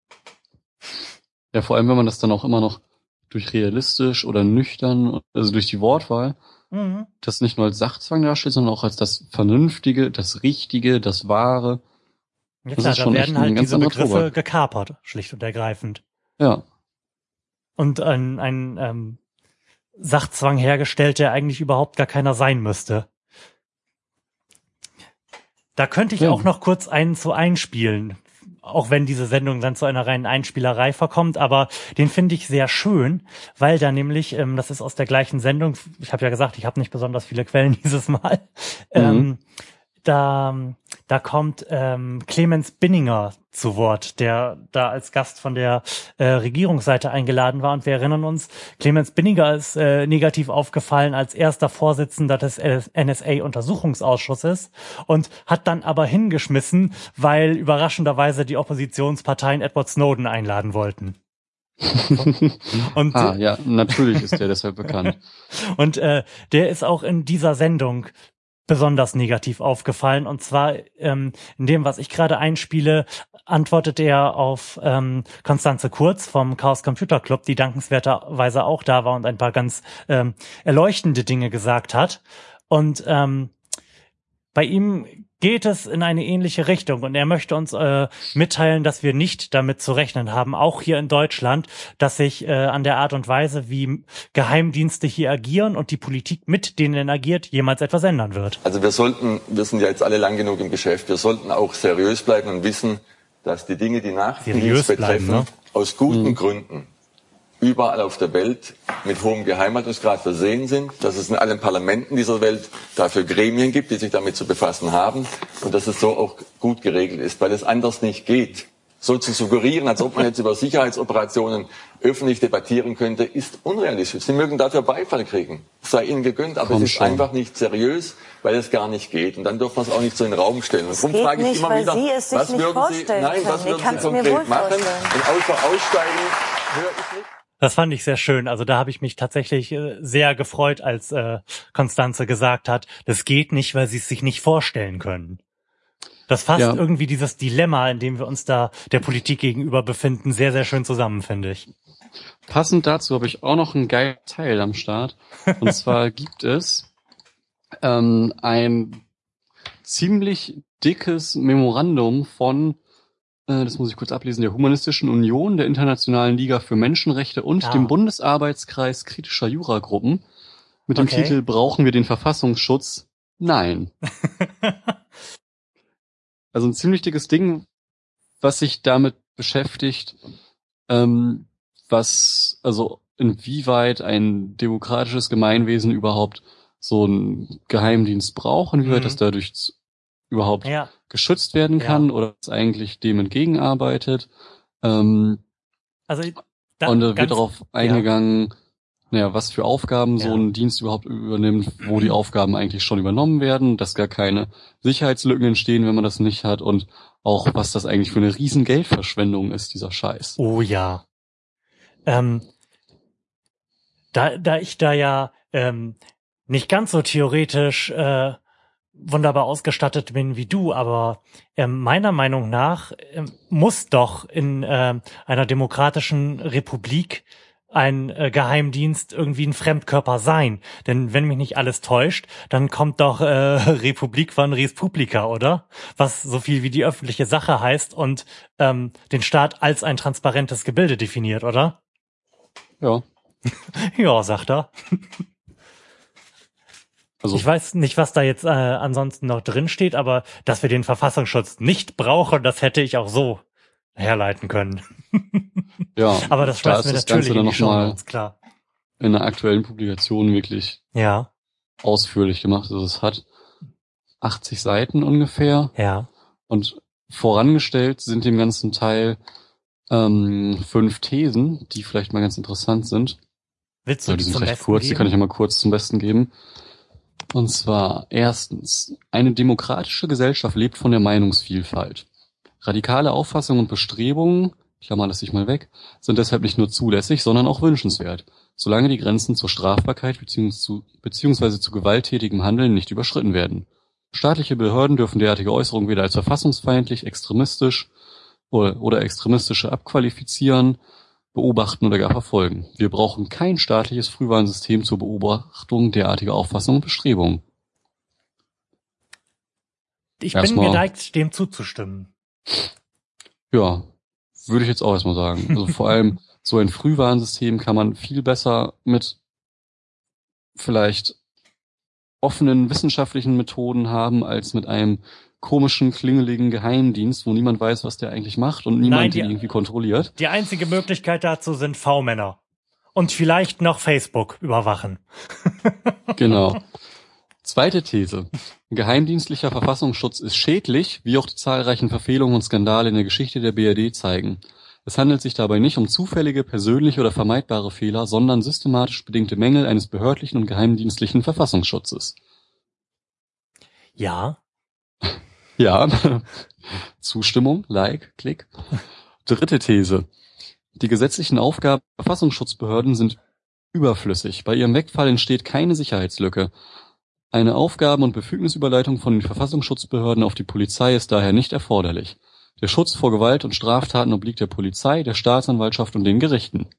Ja, vor allem, wenn man das dann auch immer noch durch realistisch oder nüchtern, also durch die Wortwahl, Mhm. das nicht nur als Sachzwang darstellt, sondern auch als das Vernünftige, das Richtige, das Wahre. Ja Das klar, ist da schon echt werden ein halt ganz diese anderer Begriffe Tobak. gekapert, schlicht und ergreifend. Ja, Und ein, ein ähm, Sachzwang hergestellt, der eigentlich überhaupt gar keiner sein müsste. Da könnte ich Ja. auch noch kurz einen zu einspielen, auch wenn diese Sendung dann zu einer reinen Einspielerei verkommt, aber den finde ich sehr schön, weil da nämlich, ähm, das ist aus der gleichen Sendung, ich habe ja gesagt, ich habe nicht besonders viele Quellen dieses Mal, Mhm. ähm, da, da kommt ähm, Clemens Binninger zu Wort, der da als Gast von der äh, Regierungsseite eingeladen war. Und wir erinnern uns, Clemens Binninger ist äh, negativ aufgefallen als erster Vorsitzender des N S A-Untersuchungsausschusses und hat dann aber hingeschmissen, weil überraschenderweise die Oppositionsparteien Edward Snowden einladen wollten. Und, ah, ja, natürlich ist der deshalb bekannt. Und äh, der ist auch in dieser Sendung besonders negativ aufgefallen. Und zwar ähm, in dem, was ich gerade einspiele, antwortet er auf ähm, Constanze Kurz vom Chaos Computer Club, die dankenswerterweise auch da war und ein paar ganz ähm, erleuchtende Dinge gesagt hat. Und ähm, bei ihm geht es in eine ähnliche Richtung und er möchte uns äh, mitteilen, dass wir nicht damit zu rechnen haben, auch hier in Deutschland, dass sich äh, an der Art und Weise, wie Geheimdienste hier agieren und die Politik, mit denen agiert, jemals etwas ändern wird. Also wir sollten, wir sind ja jetzt alle lang genug im Geschäft, wir sollten auch seriös bleiben und wissen, dass die Dinge, die Nachrichtendienst betreffen, ne? aus guten mhm. Gründen überall auf der Welt mit hohem Geheimhaltungsgrad versehen sind, dass es in allen Parlamenten dieser Welt dafür Gremien gibt, die sich damit zu befassen haben und dass es so auch gut geregelt ist, weil es anders nicht geht. So zu suggerieren, als ob man jetzt über Sicherheitsoperationen öffentlich debattieren könnte, ist unrealistisch. Sie mögen dafür Beifall kriegen, es sei ihnen gegönnt, aber Komm es ist schon. einfach nicht seriös, weil es gar nicht geht. Und dann dürfen wir es auch nicht so in den Raum stellen. Und Es darum geht frage ich nicht, immer weil wieder, Sie es sich was nicht würden Sie, vorstellen nein, was können. Ich würden Sie kann's mir wohl konkret machen? vorstellen. Und außer Aussteigen höre ich nicht. Das fand ich sehr schön. Also da habe ich mich tatsächlich äh, sehr gefreut, als äh, Constanze gesagt hat, das geht nicht, weil sie es sich nicht vorstellen können. Das fasst Ja. irgendwie dieses Dilemma, in dem wir uns da der Politik gegenüber befinden, sehr, sehr schön zusammen, finde ich. Passend dazu habe ich auch noch einen geilen Teil am Start. Und zwar gibt es ähm, ein ziemlich dickes Memorandum von, äh, das muss ich kurz ablesen, der Humanistischen Union, der Internationalen Liga für Menschenrechte und Ah. dem Bundesarbeitskreis kritischer Juragruppen mit dem Okay. Titel Brauchen wir den Verfassungsschutz? Nein. Also ein ziemlich dickes Ding, was sich damit beschäftigt, ähm, was, also inwieweit ein demokratisches Gemeinwesen überhaupt so einen Geheimdienst braucht, inwieweit Mhm. das dadurch z- überhaupt Ja, geschützt werden kann Ja. oder es eigentlich dem entgegenarbeitet. Ähm, also da, und da wird ganz- darauf eingegangen, naja, was für Aufgaben so Ja. ein Dienst überhaupt übernimmt, wo die Aufgaben eigentlich schon übernommen werden, dass gar keine Sicherheitslücken entstehen, wenn man das nicht hat und auch, was das eigentlich für eine riesen Geldverschwendung ist, dieser Scheiß. Oh ja. Ähm, da, da ich da ja ähm, nicht ganz so theoretisch äh, wunderbar ausgestattet bin wie du, aber ähm, meiner Meinung nach ähm, muss doch in ähm, einer demokratischen Republik ein äh, Geheimdienst irgendwie ein Fremdkörper sein. Denn wenn mich nicht alles täuscht, dann kommt doch äh, Republik von Res Publica, oder? Was so viel wie die öffentliche Sache heißt und ähm, den Staat als ein transparentes Gebilde definiert, oder? Ja. Ja, sagt er. Also, Ich weiß nicht, was da jetzt äh, ansonsten noch drin steht, aber dass wir den Verfassungsschutz nicht brauchen, das hätte ich auch so herleiten können. ja. Aber das da schmeißen wir ist das Ganze natürlich dann in die nochmal Shownotes, klar. in einer aktuellen Publikation wirklich Ja, ausführlich gemacht. Also es hat achtzig Seiten ungefähr ja. und vorangestellt sind dem ganzen Teil ähm, fünf Thesen, die vielleicht mal ganz interessant sind. Willst du Ja, die die sind zum recht Besten kurz, die geben? kann ich ja mal kurz zum Besten geben. Und zwar erstens, eine demokratische Gesellschaft lebt von der Meinungsvielfalt. Radikale Auffassungen und Bestrebungen, Klammer lasse ich mal weg, sind deshalb nicht nur zulässig, sondern auch wünschenswert, solange die Grenzen zur Strafbarkeit beziehungs zu, beziehungsweise zu gewalttätigem Handeln nicht überschritten werden. Staatliche Behörden dürfen derartige Äußerungen weder als verfassungsfeindlich, extremistisch oder, oder extremistische abqualifizieren, beobachten oder gar verfolgen. Wir brauchen kein staatliches Frühwarnsystem zur Beobachtung derartiger Auffassungen und Bestrebungen. Ich bin Erstmal- geneigt, dem zuzustimmen. Ja, würde ich jetzt auch erstmal sagen. Also vor allem so ein Frühwarnsystem kann man viel besser mit vielleicht offenen wissenschaftlichen Methoden haben, als mit einem komischen, klingeligen Geheimdienst, wo niemand weiß, was der eigentlich macht und niemand Nein, die- ihn irgendwie kontrolliert. Die einzige Möglichkeit dazu sind V-Männer. Und vielleicht noch Facebook überwachen. Genau. Zweite These. Geheimdienstlicher Verfassungsschutz ist schädlich, wie auch die zahlreichen Verfehlungen und Skandale in der Geschichte der B R D zeigen. Es handelt sich dabei nicht um zufällige, persönliche oder vermeidbare Fehler, sondern systematisch bedingte Mängel eines behördlichen und geheimdienstlichen Verfassungsschutzes. Ja. Ja. Zustimmung, Like, Klick. Dritte These. Die gesetzlichen Aufgaben der Verfassungsschutzbehörden sind überflüssig. Bei ihrem Wegfall entsteht keine Sicherheitslücke. Eine Aufgaben- und Befugnisüberleitung von den Verfassungsschutzbehörden auf die Polizei ist daher nicht erforderlich. Der Schutz vor Gewalt und Straftaten obliegt der Polizei, der Staatsanwaltschaft und den Gerichten.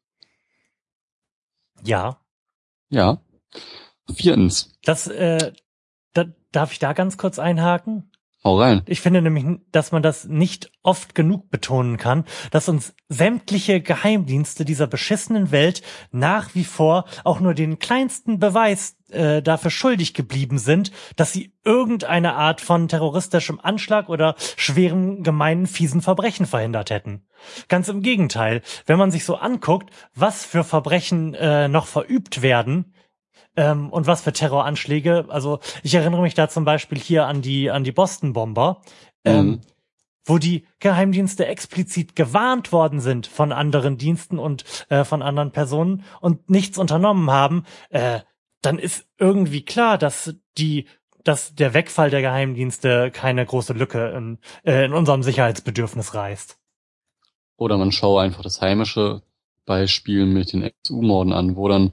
Ja. Ja. Viertens. Das, äh, da, darf ich da ganz kurz einhaken? Hau rein. Ich finde nämlich, dass man das nicht oft genug betonen kann, dass uns sämtliche Geheimdienste dieser beschissenen Welt nach wie vor auch nur den kleinsten Beweis äh, dafür schuldig geblieben sind, dass sie irgendeine Art von terroristischem Anschlag oder schweren, gemeinen, fiesen Verbrechen verhindert hätten. Ganz im Gegenteil, wenn man sich so anguckt, was für Verbrechen äh, noch verübt werden, Ähm, und was für Terroranschläge. Also ich erinnere mich da zum Beispiel hier an die an die Boston-Bomber, ähm, Mhm. wo die Geheimdienste explizit gewarnt worden sind von anderen Diensten und äh, von anderen Personen und nichts unternommen haben. Äh, dann ist irgendwie klar, dass die dass der Wegfall der Geheimdienste keine große Lücke in, äh, in unserem Sicherheitsbedürfnis reißt. Oder man schaue einfach das heimische Beispiel mit den N S U-Morden an, wo dann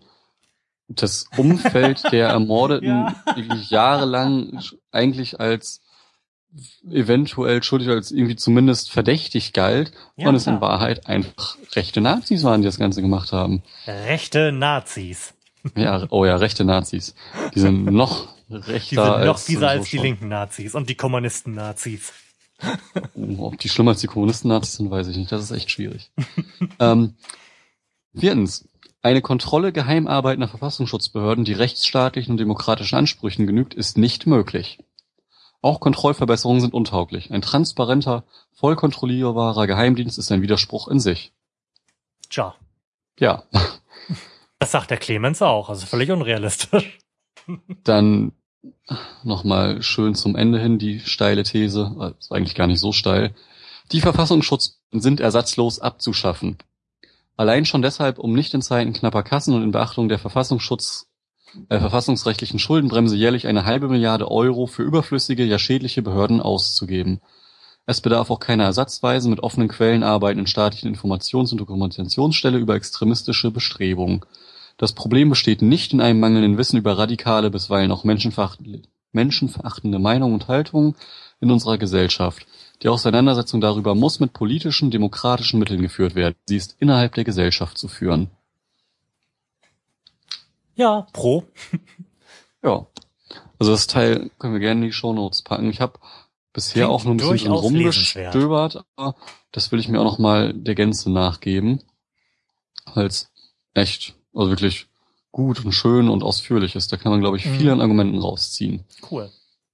das Umfeld der Ermordeten Ja. wirklich jahrelang eigentlich als eventuell schuldig, als irgendwie zumindest verdächtig galt, Ja, und es klar. in Wahrheit einfach rechte Nazis waren, die das Ganze gemacht haben. Rechte Nazis. Ja, oh ja, rechte Nazis. Die sind noch Die rechter sind noch als fieser sowieso als die schon. linken Nazis und die Kommunisten-Nazis. Oh, ob die schlimmer als die Kommunisten-Nazis sind, weiß ich nicht. Das ist echt schwierig. ähm, viertens. Eine Kontrolle geheimarbeitender Verfassungsschutzbehörden, die rechtsstaatlichen und demokratischen Ansprüchen genügt, ist nicht möglich. Auch Kontrollverbesserungen sind untauglich. Ein transparenter, voll kontrollierbarer Geheimdienst ist ein Widerspruch in sich. Tja, Ja, das sagt der Clemens auch, also völlig unrealistisch. dann nochmal schön zum Ende hin die steile These, äh, ist eigentlich gar nicht so steil. Die Verfassungsschutzbehörden sind ersatzlos abzuschaffen. Allein schon deshalb, um nicht in Zeiten knapper Kassen und in Beachtung der Verfassungsschutz, äh, verfassungsrechtlichen Schuldenbremse jährlich eine halbe Milliarde Euro für überflüssige, ja schädliche Behörden auszugeben. Es bedarf auch keiner ersatzweise mit offenen Quellen arbeitenden staatlichen Informations- und Dokumentationsstelle über extremistische Bestrebungen. Das Problem besteht nicht in einem mangelnden Wissen über radikale, bisweilen auch menschenverachtende, menschenverachtende Meinungen und Haltungen in unserer Gesellschaft. Die Auseinandersetzung darüber muss mit politischen, demokratischen Mitteln geführt werden. Sie ist innerhalb der Gesellschaft zu führen. Ja, pro. Ja. Also das Teil können wir gerne in die Shownotes packen. Ich habe bisher Klingt auch nur ein bisschen drin durchaus lesenswert. rumgestöbert, aber das will ich mir auch noch mal der Gänze nachgeben. Weil es echt, also wirklich gut und schön und ausführlich ist. Da kann man, glaube ich, viele Mhm. Argumenten rausziehen. Cool.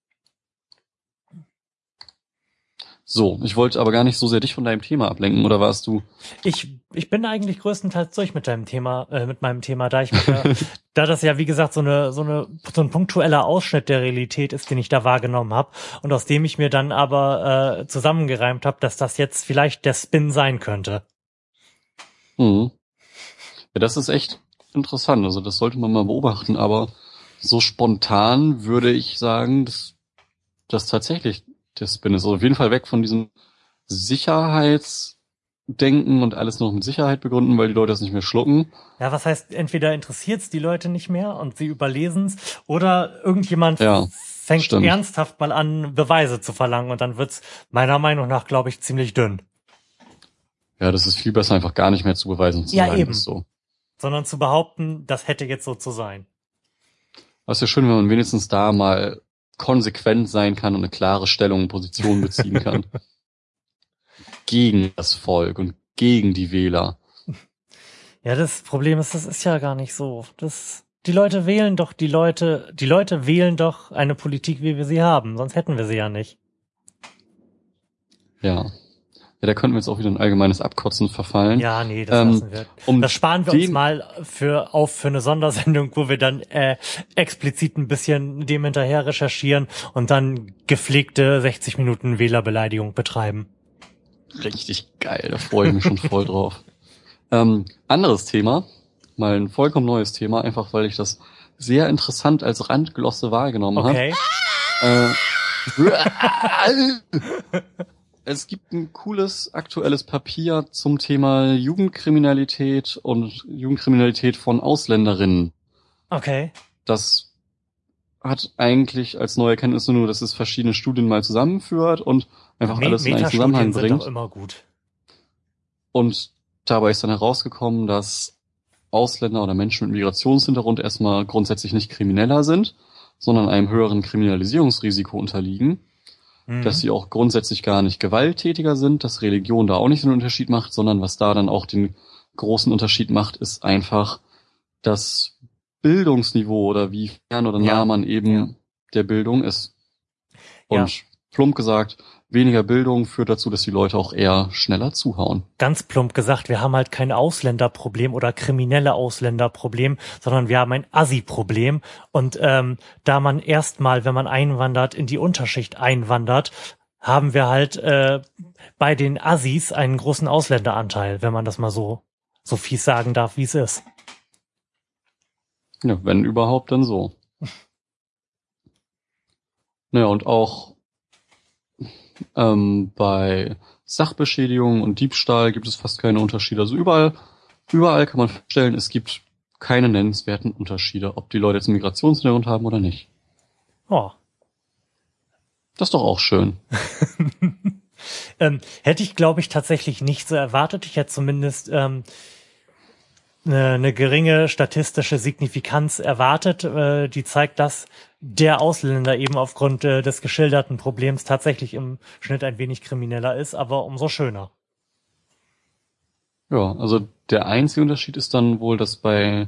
So, ich wollte aber gar nicht so sehr dich von deinem Thema ablenken, oder warst du? Ich, ich bin eigentlich größtenteils durch mit deinem Thema, äh, mit meinem Thema, da ich, äh, da das ja, wie gesagt, so eine, so eine, so ein punktueller Ausschnitt der Realität ist, den ich da wahrgenommen habe und aus dem ich mir dann aber äh, zusammengereimt habe, dass das jetzt vielleicht der Spin sein könnte. Mhm. Ja, das ist echt interessant. Also das sollte man mal beobachten, aber so spontan würde ich sagen, dass das tatsächlich der Spin ist. Also auf jeden Fall weg von diesem Sicherheitsdenken und alles noch mit Sicherheit begründen, weil die Leute das nicht mehr schlucken. Ja, was heißt, entweder interessiert's die Leute nicht mehr und sie überlesen's oder irgendjemand Ja, fängt stimmt. ernsthaft mal an, Beweise zu verlangen und dann wird's meiner Meinung nach, glaube ich, ziemlich dünn. Ja, das ist viel besser, einfach gar nicht mehr zu beweisen zu Ja, sein. eben. Ist so. Sondern zu behaupten, das hätte jetzt so zu sein. Aber es ist ja schön, wenn man wenigstens da mal konsequent sein kann und eine klare Stellung und Position beziehen kann. Gegen das Volk und gegen die Wähler. Ja, das Problem ist, das ist ja gar nicht so. Das, die Leute wählen doch, die Leute, die Leute wählen doch eine Politik, wie wir sie haben. Sonst hätten wir sie ja nicht. Ja. Ja, da könnten wir jetzt auch wieder ein allgemeines Abkotzen verfallen. Ja, nee, das Ähm, lassen wir. um Das sparen wir uns dem- mal für, auf für eine Sondersendung, wo wir dann äh, explizit ein bisschen dem hinterher recherchieren und dann gepflegte sechzig Minuten Wählerbeleidigung betreiben. Richtig geil, da freue ich mich schon voll drauf. Ähm, anderes Thema, mal ein vollkommen neues Thema, einfach weil ich das sehr interessant als Randglosse wahrgenommen Okay. habe. Äh, es gibt ein cooles aktuelles Papier zum Thema Jugendkriminalität und Jugendkriminalität von Ausländerinnen. Okay. Das hat eigentlich als neue Erkenntnis nur, dass es verschiedene Studien mal zusammenführt und einfach Me- alles in einen Zusammenhang Metastudien sind bringt. doch immer gut. Und dabei ist dann herausgekommen, dass Ausländer oder Menschen mit Migrationshintergrund erstmal grundsätzlich nicht krimineller sind, sondern einem höheren Kriminalisierungsrisiko unterliegen, Mhm. dass sie auch grundsätzlich gar nicht gewalttätiger sind, dass Religion da auch nicht so einen Unterschied macht, sondern was da dann auch den großen Unterschied macht, ist einfach das Bildungsniveau oder wie fern oder nah Ja. man eben Ja. der Bildung ist. Ja. Und plump gesagt, weniger Bildung führt dazu, dass die Leute auch eher schneller zuhauen. Ganz plump gesagt, wir haben halt kein Ausländerproblem oder kriminelle Ausländerproblem, sondern wir haben ein Assi-Problem. Und ähm, da man erstmal, wenn man einwandert, in die Unterschicht einwandert, haben wir halt äh, bei den Assis einen großen Ausländeranteil, wenn man das mal so so fies sagen darf, wie es ist. Ja, wenn überhaupt, dann so. Naja, und auch ähm, bei Sachbeschädigung und Diebstahl gibt es fast keine Unterschiede. Also überall, überall kann man feststellen, es gibt keine nennenswerten Unterschiede, ob die Leute jetzt einen Migrationshintergrund haben oder nicht. Oh. Das ist doch auch schön. Ähm, hätte ich, glaube ich, tatsächlich nicht so erwartet. Ich hätte zumindest ähm, eine, eine geringe statistische Signifikanz erwartet, äh, die zeigt, dass der Ausländer eben aufgrund äh, des geschilderten Problems tatsächlich im Schnitt ein wenig krimineller ist, aber umso schöner. Ja, also der einzige Unterschied ist dann wohl, dass bei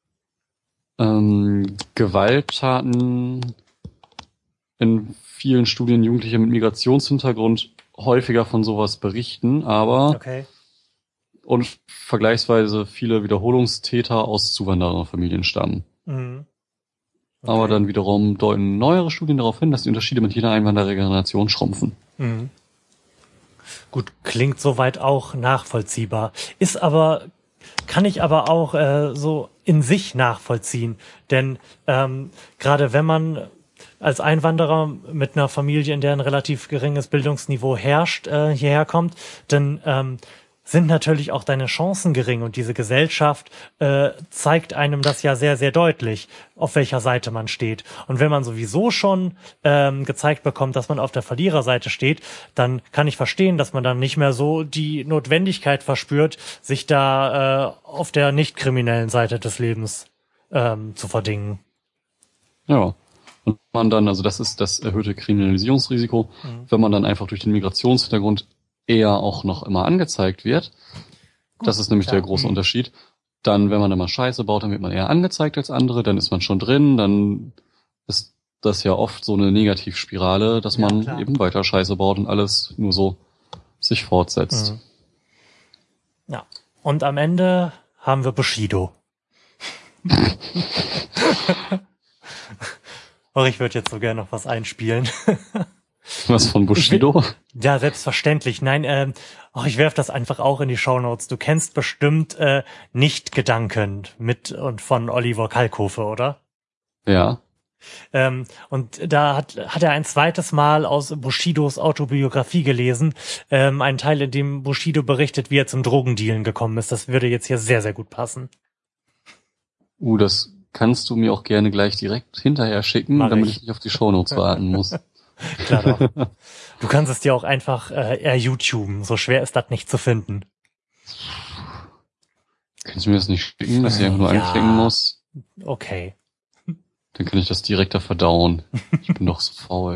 ähm, Gewalttaten in vielen Studien Jugendliche mit Migrationshintergrund häufiger von sowas berichten, aber Okay. und vergleichsweise viele Wiederholungstäter aus Zuwandererfamilien stammen. Mhm. Okay. Aber dann wiederum deuten neuere Studien darauf hin, dass die Unterschiede mit jeder Einwanderergeneration schrumpfen. Mhm. Gut, klingt soweit auch nachvollziehbar. Ist aber, kann ich aber auch äh, so in sich nachvollziehen. Denn ähm, gerade wenn man als Einwanderer mit einer Familie, in der ein relativ geringes Bildungsniveau herrscht, äh, hierher kommt, dann ähm, sind natürlich auch deine Chancen gering und diese Gesellschaft äh, zeigt einem das ja sehr, sehr deutlich, auf welcher Seite man steht. Und wenn man sowieso schon ähm, gezeigt bekommt, dass man auf der Verliererseite steht, dann kann ich verstehen, dass man dann nicht mehr so die Notwendigkeit verspürt, sich da äh, auf der nicht kriminellen Seite des Lebens ähm, zu verdingen. Ja. Und man dann, also das ist das erhöhte Kriminalisierungsrisiko, Mhm. wenn man dann einfach durch den Migrationshintergrund eher auch noch immer angezeigt wird. Gut, Das ist nämlich klar. der große Mhm. Unterschied. Dann, wenn man immer Scheiße baut, dann wird man eher angezeigt als andere, dann ist man schon drin, dann ist das ja oft so eine Negativspirale, dass Ja, man klar. eben weiter Scheiße baut und alles nur so sich fortsetzt. Mhm. Ja. Und am Ende haben wir Bushido. Och, ich würde jetzt so gerne noch was einspielen. Was von Bushido? Ja, selbstverständlich. Nein, ähm, oh, ich werf das einfach auch in die Shownotes. Du kennst bestimmt äh, Nicht Gedanken mit und von Oliver Kalkofe, oder? Ja. Ähm, und da hat, hat er ein zweites Mal aus Bushidos Autobiografie gelesen, ähm, einen Teil, in dem Bushido berichtet, wie er zum Drogendealen gekommen ist. Das würde jetzt hier sehr, sehr gut passen. Uh, das kannst du mir auch gerne gleich direkt hinterher schicken, Mach damit ich. ich nicht auf die Shownotes warten muss. Klar doch. Du kannst es dir auch einfach äh, eher YouTuben. So schwer ist das nicht zu finden. Kannst du mir das nicht schicken, dass ich einfach nur Ja. anklicken muss? Okay. Dann kann ich das direkt da verdauen. Ich bin doch so faul.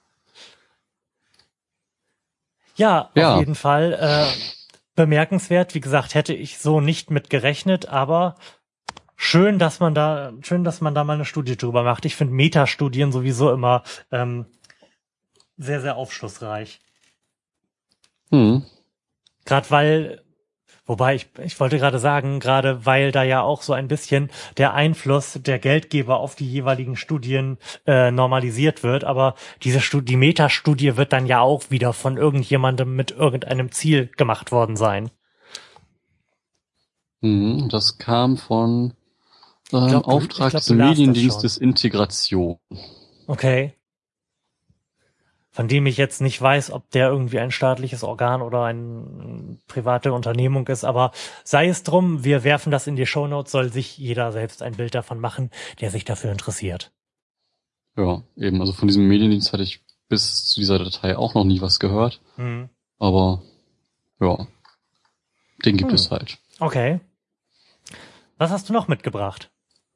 Ja, Ja. auf jeden Fall äh, bemerkenswert. Wie gesagt, hätte ich so nicht mit gerechnet, aber schön, dass man da, schön, dass man da mal eine Studie drüber macht. Ich finde Metastudien sowieso immer ähm, sehr, sehr aufschlussreich. Hm. Gerade weil, wobei ich, ich wollte gerade sagen, gerade weil da ja auch so ein bisschen der Einfluss der Geldgeber auf die jeweiligen Studien äh, normalisiert wird, aber diese Studie, die Metastudie wird dann ja auch wieder von irgendjemandem mit irgendeinem Ziel gemacht worden sein. Hm. Das kam von ähm, glaub, du- ich Auftrag glaub, des du las das Mediendienstes schon. Integration. Okay. von dem ich jetzt nicht weiß, ob der irgendwie ein staatliches Organ oder eine private Unternehmung ist, aber sei es drum, wir werfen das in die Shownotes, soll sich jeder selbst ein Bild davon machen, der sich dafür interessiert. Ja, eben, also von diesem Mediendienst hatte ich bis zu dieser Datei auch noch nie was gehört, Hm. aber ja, den gibt Hm. es halt. Okay. Was hast du noch mitgebracht?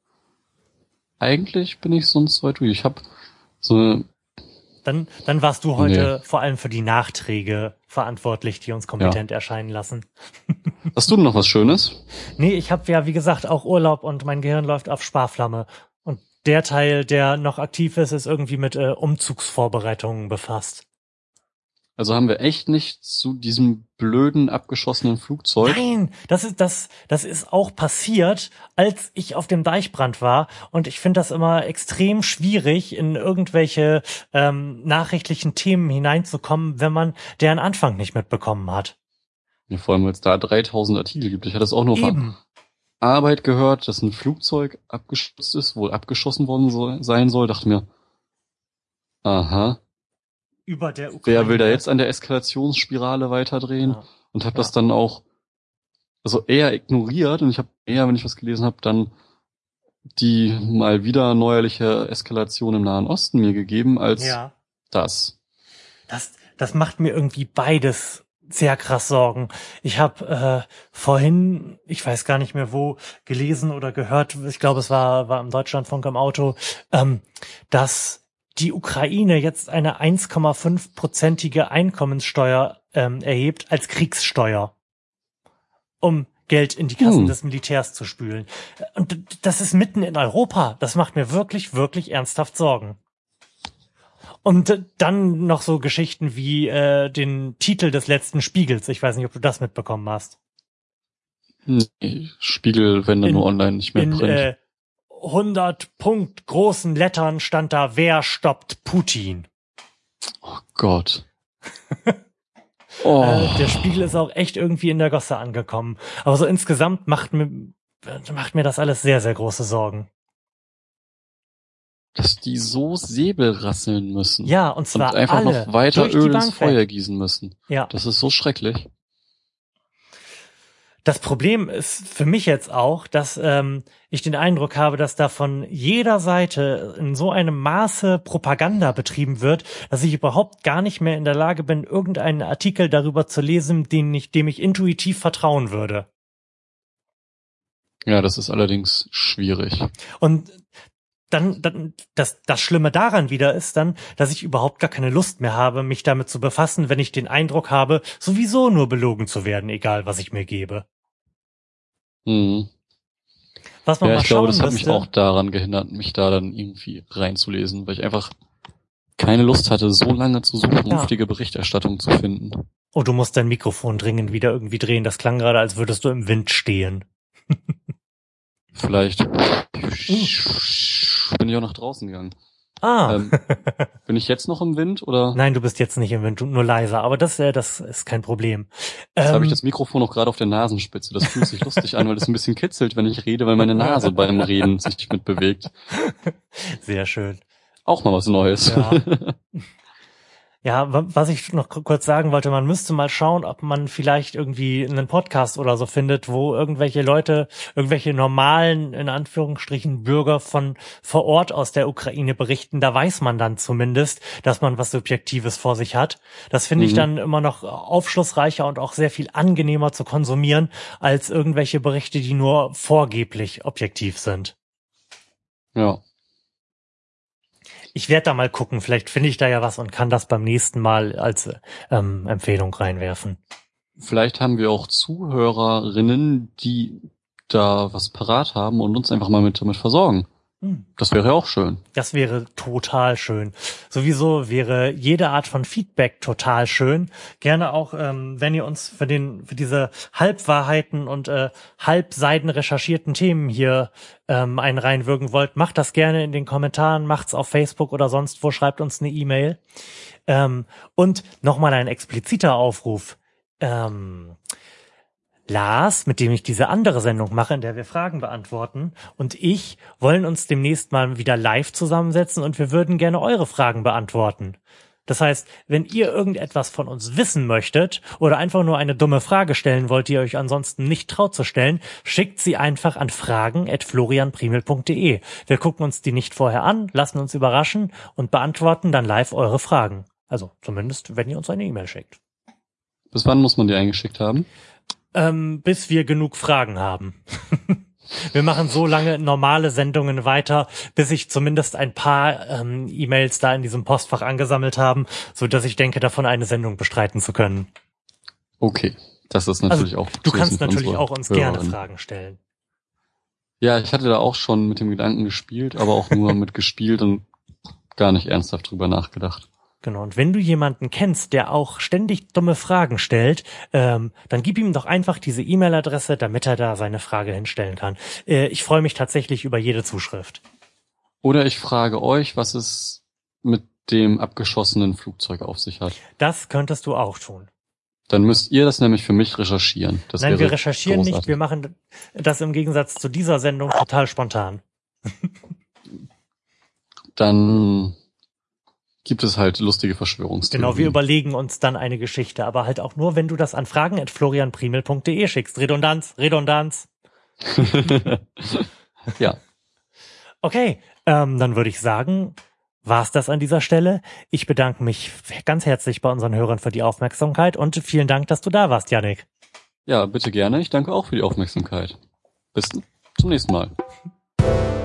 Eigentlich bin ich sonst soweit durch. Ich habe so eine, Dann, dann warst du heute vor allem für die Nachträge verantwortlich, die uns kompetent erscheinen lassen. hast du denn noch was Schönes? Nee, ich habe ja, wie gesagt, auch Urlaub und mein Gehirn läuft auf Sparflamme. Und der Teil, der noch aktiv ist, ist irgendwie mit äh, Umzugsvorbereitungen befasst. Also haben wir echt nicht zu diesem blöden, abgeschossenen Flugzeug? Nein, das ist das, das ist auch passiert, als ich auf dem Deichbrand war. Und ich finde das immer extrem schwierig, in irgendwelche ähm, nachrichtlichen Themen hineinzukommen, wenn man deren Anfang nicht mitbekommen hat. Ja, vor allem, weil es da dreitausend Artikel gibt. Ich hatte es auch nur Eben. auf Arbeit gehört, dass ein Flugzeug abgestürzt ist, wohl abgeschossen worden soll, sein soll. Dachte mir, aha, Über der Ukraine. wer will da jetzt an der Eskalationsspirale weiterdrehen? Ja. Und habe Ja. das dann auch also eher ignoriert. Und ich habe eher, wenn ich was gelesen habe, dann die mal wieder neuerliche Eskalation im Nahen Osten mir gegeben, als Ja. das. Das, das macht mir irgendwie beides sehr krass Sorgen. Ich habe äh, vorhin, ich weiß gar nicht mehr wo, gelesen oder gehört, ich glaube es war war im Deutschlandfunk im Auto, ähm, dass die Ukraine jetzt eine eins Komma fünf prozentige Einkommenssteuer ähm, erhebt als Kriegssteuer, um Geld in die Kassen Hm. des Militärs zu spülen. Und das ist mitten in Europa. Das macht mir wirklich, wirklich ernsthaft Sorgen. Und dann noch so Geschichten wie äh, den Titel des letzten Spiegels. Ich weiß nicht, ob du das mitbekommen hast. Nee, Spiegel, wenn er In- nur online nicht mehr In brennt. äh, hundert Punkt großen Lettern stand da, wer stoppt Putin? Oh Gott. Oh. Äh, der Spiegel ist auch echt irgendwie in der Gosse angekommen. Aber so insgesamt macht mir, macht mir das alles sehr, sehr große Sorgen. Dass die so Säbel rasseln müssen. Ja, und zwar und einfach alle. noch weiter durch die Öl ins Bank Feuer weg. gießen müssen. Ja. Das ist so schrecklich. Das Problem ist für mich jetzt auch, dass ähm, ich den Eindruck habe, dass da von jeder Seite in so einem Maße Propaganda betrieben wird, dass ich überhaupt gar nicht mehr in der Lage bin, irgendeinen Artikel darüber zu lesen, den ich, dem ich intuitiv vertrauen würde. Ja, das ist allerdings schwierig. Und dann, dann das, das Schlimme daran wieder ist dann, dass ich überhaupt gar keine Lust mehr habe, mich damit zu befassen, wenn ich den Eindruck habe, sowieso nur belogen zu werden, egal was ich mir gebe. Mhm. Was man Ja, mal ich glaube, schauen das hat mich müsste- auch daran gehindert, mich da dann irgendwie reinzulesen, weil ich einfach keine Lust hatte, so lange zu suchen, Ja. vernünftige Berichterstattung zu finden. Oh, du musst dein Mikrofon dringend wieder irgendwie drehen. Das klang gerade, als würdest du im Wind stehen. Vielleicht bin ich auch nach draußen gegangen. Ah. Ähm, bin ich jetzt noch im Wind oder Nein, du bist jetzt nicht im Wind, du nur leiser. Aber das, äh, das ist kein Problem. jetzt Ähm, habe ich das Mikrofon auch gerade auf der Nasenspitze. Das fühlt sich lustig an, weil es ein bisschen kitzelt, wenn ich rede, weil meine Nase beim Reden sich mitbewegt. Sehr schön. Auch mal was Neues. Ja. Ja, wa- was ich noch k- kurz sagen wollte, man müsste mal schauen, ob man vielleicht irgendwie einen Podcast oder so findet, wo irgendwelche Leute, irgendwelche normalen, in Anführungsstrichen, Bürger von vor Ort aus der Ukraine berichten. Da weiß man dann zumindest, dass man was Subjektives vor sich hat. Das finde ich Mhm. dann immer noch aufschlussreicher und auch sehr viel angenehmer zu konsumieren, als irgendwelche Berichte, die nur vorgeblich objektiv sind. Ja. Ich werde da mal gucken, vielleicht finde ich da ja was und kann das beim nächsten Mal als ähm, Empfehlung reinwerfen. Vielleicht haben wir auch Zuhörerinnen, die da was parat haben und uns einfach mal mit damit versorgen. Hm. Das wäre ja auch schön. Das wäre total schön. Sowieso wäre jede Art von Feedback total schön. Gerne auch, ähm, wenn ihr uns für den für diese Halbwahrheiten und äh, halbseiden recherchierten Themen hier ähm, einen reinwirken wollt, macht das gerne in den Kommentaren, macht's auf Facebook oder sonst wo, schreibt uns eine E-Mail. Ähm, und nochmal ein expliziter Aufruf. Ähm, Lars, mit dem ich diese andere Sendung mache, in der wir Fragen beantworten, und ich wollen uns demnächst mal wieder live zusammensetzen und wir würden gerne eure Fragen beantworten. Das heißt, wenn ihr irgendetwas von uns wissen möchtet oder einfach nur eine dumme Frage stellen wollt, die ihr euch ansonsten nicht traut zu stellen, schickt sie einfach an fragen at florian primel punkt de. Wir gucken uns die nicht vorher an, lassen uns überraschen und beantworten dann live eure Fragen. Also zumindest, wenn ihr uns eine E-Mail schickt. Bis wann muss man die eingeschickt haben? Ähm, bis wir genug Fragen haben. Wir machen so lange normale Sendungen weiter, bis sich zumindest ein paar ähm, E-Mails da in diesem Postfach angesammelt haben, so dass ich denke, davon eine Sendung bestreiten zu können. Okay, das ist natürlich also, auch. Du kannst natürlich auch uns Hörerin. gerne Fragen stellen. Ja, ich hatte da auch schon mit dem Gedanken gespielt, aber auch nur mit gespielt und gar nicht ernsthaft drüber nachgedacht. Genau, und wenn du jemanden kennst, der auch ständig dumme Fragen stellt, ähm, dann gib ihm doch einfach diese E-Mail-Adresse, damit er da seine Frage hinstellen kann. Äh, ich freue mich tatsächlich über jede Zuschrift. Oder ich frage euch, was es mit dem abgeschossenen Flugzeug auf sich hat. Das könntest du auch tun. Dann müsst ihr das nämlich für mich recherchieren. Das Nein, wäre wir recherchieren großartig. nicht, wir machen das im Gegensatz zu dieser Sendung total spontan. Dann gibt es halt lustige Verschwörungstheorien. Genau, wir überlegen uns dann eine Geschichte, aber halt auch nur, wenn du das an fragen at florian primel punkt de schickst. Redundanz, Redundanz. Ja. Okay, ähm, dann würde ich sagen, war's das an dieser Stelle. Ich bedanke mich ganz herzlich bei unseren Hörern für die Aufmerksamkeit und vielen Dank, dass du da warst, Yannick. Ja, bitte gerne. Ich danke auch für die Aufmerksamkeit. Bis zum nächsten Mal.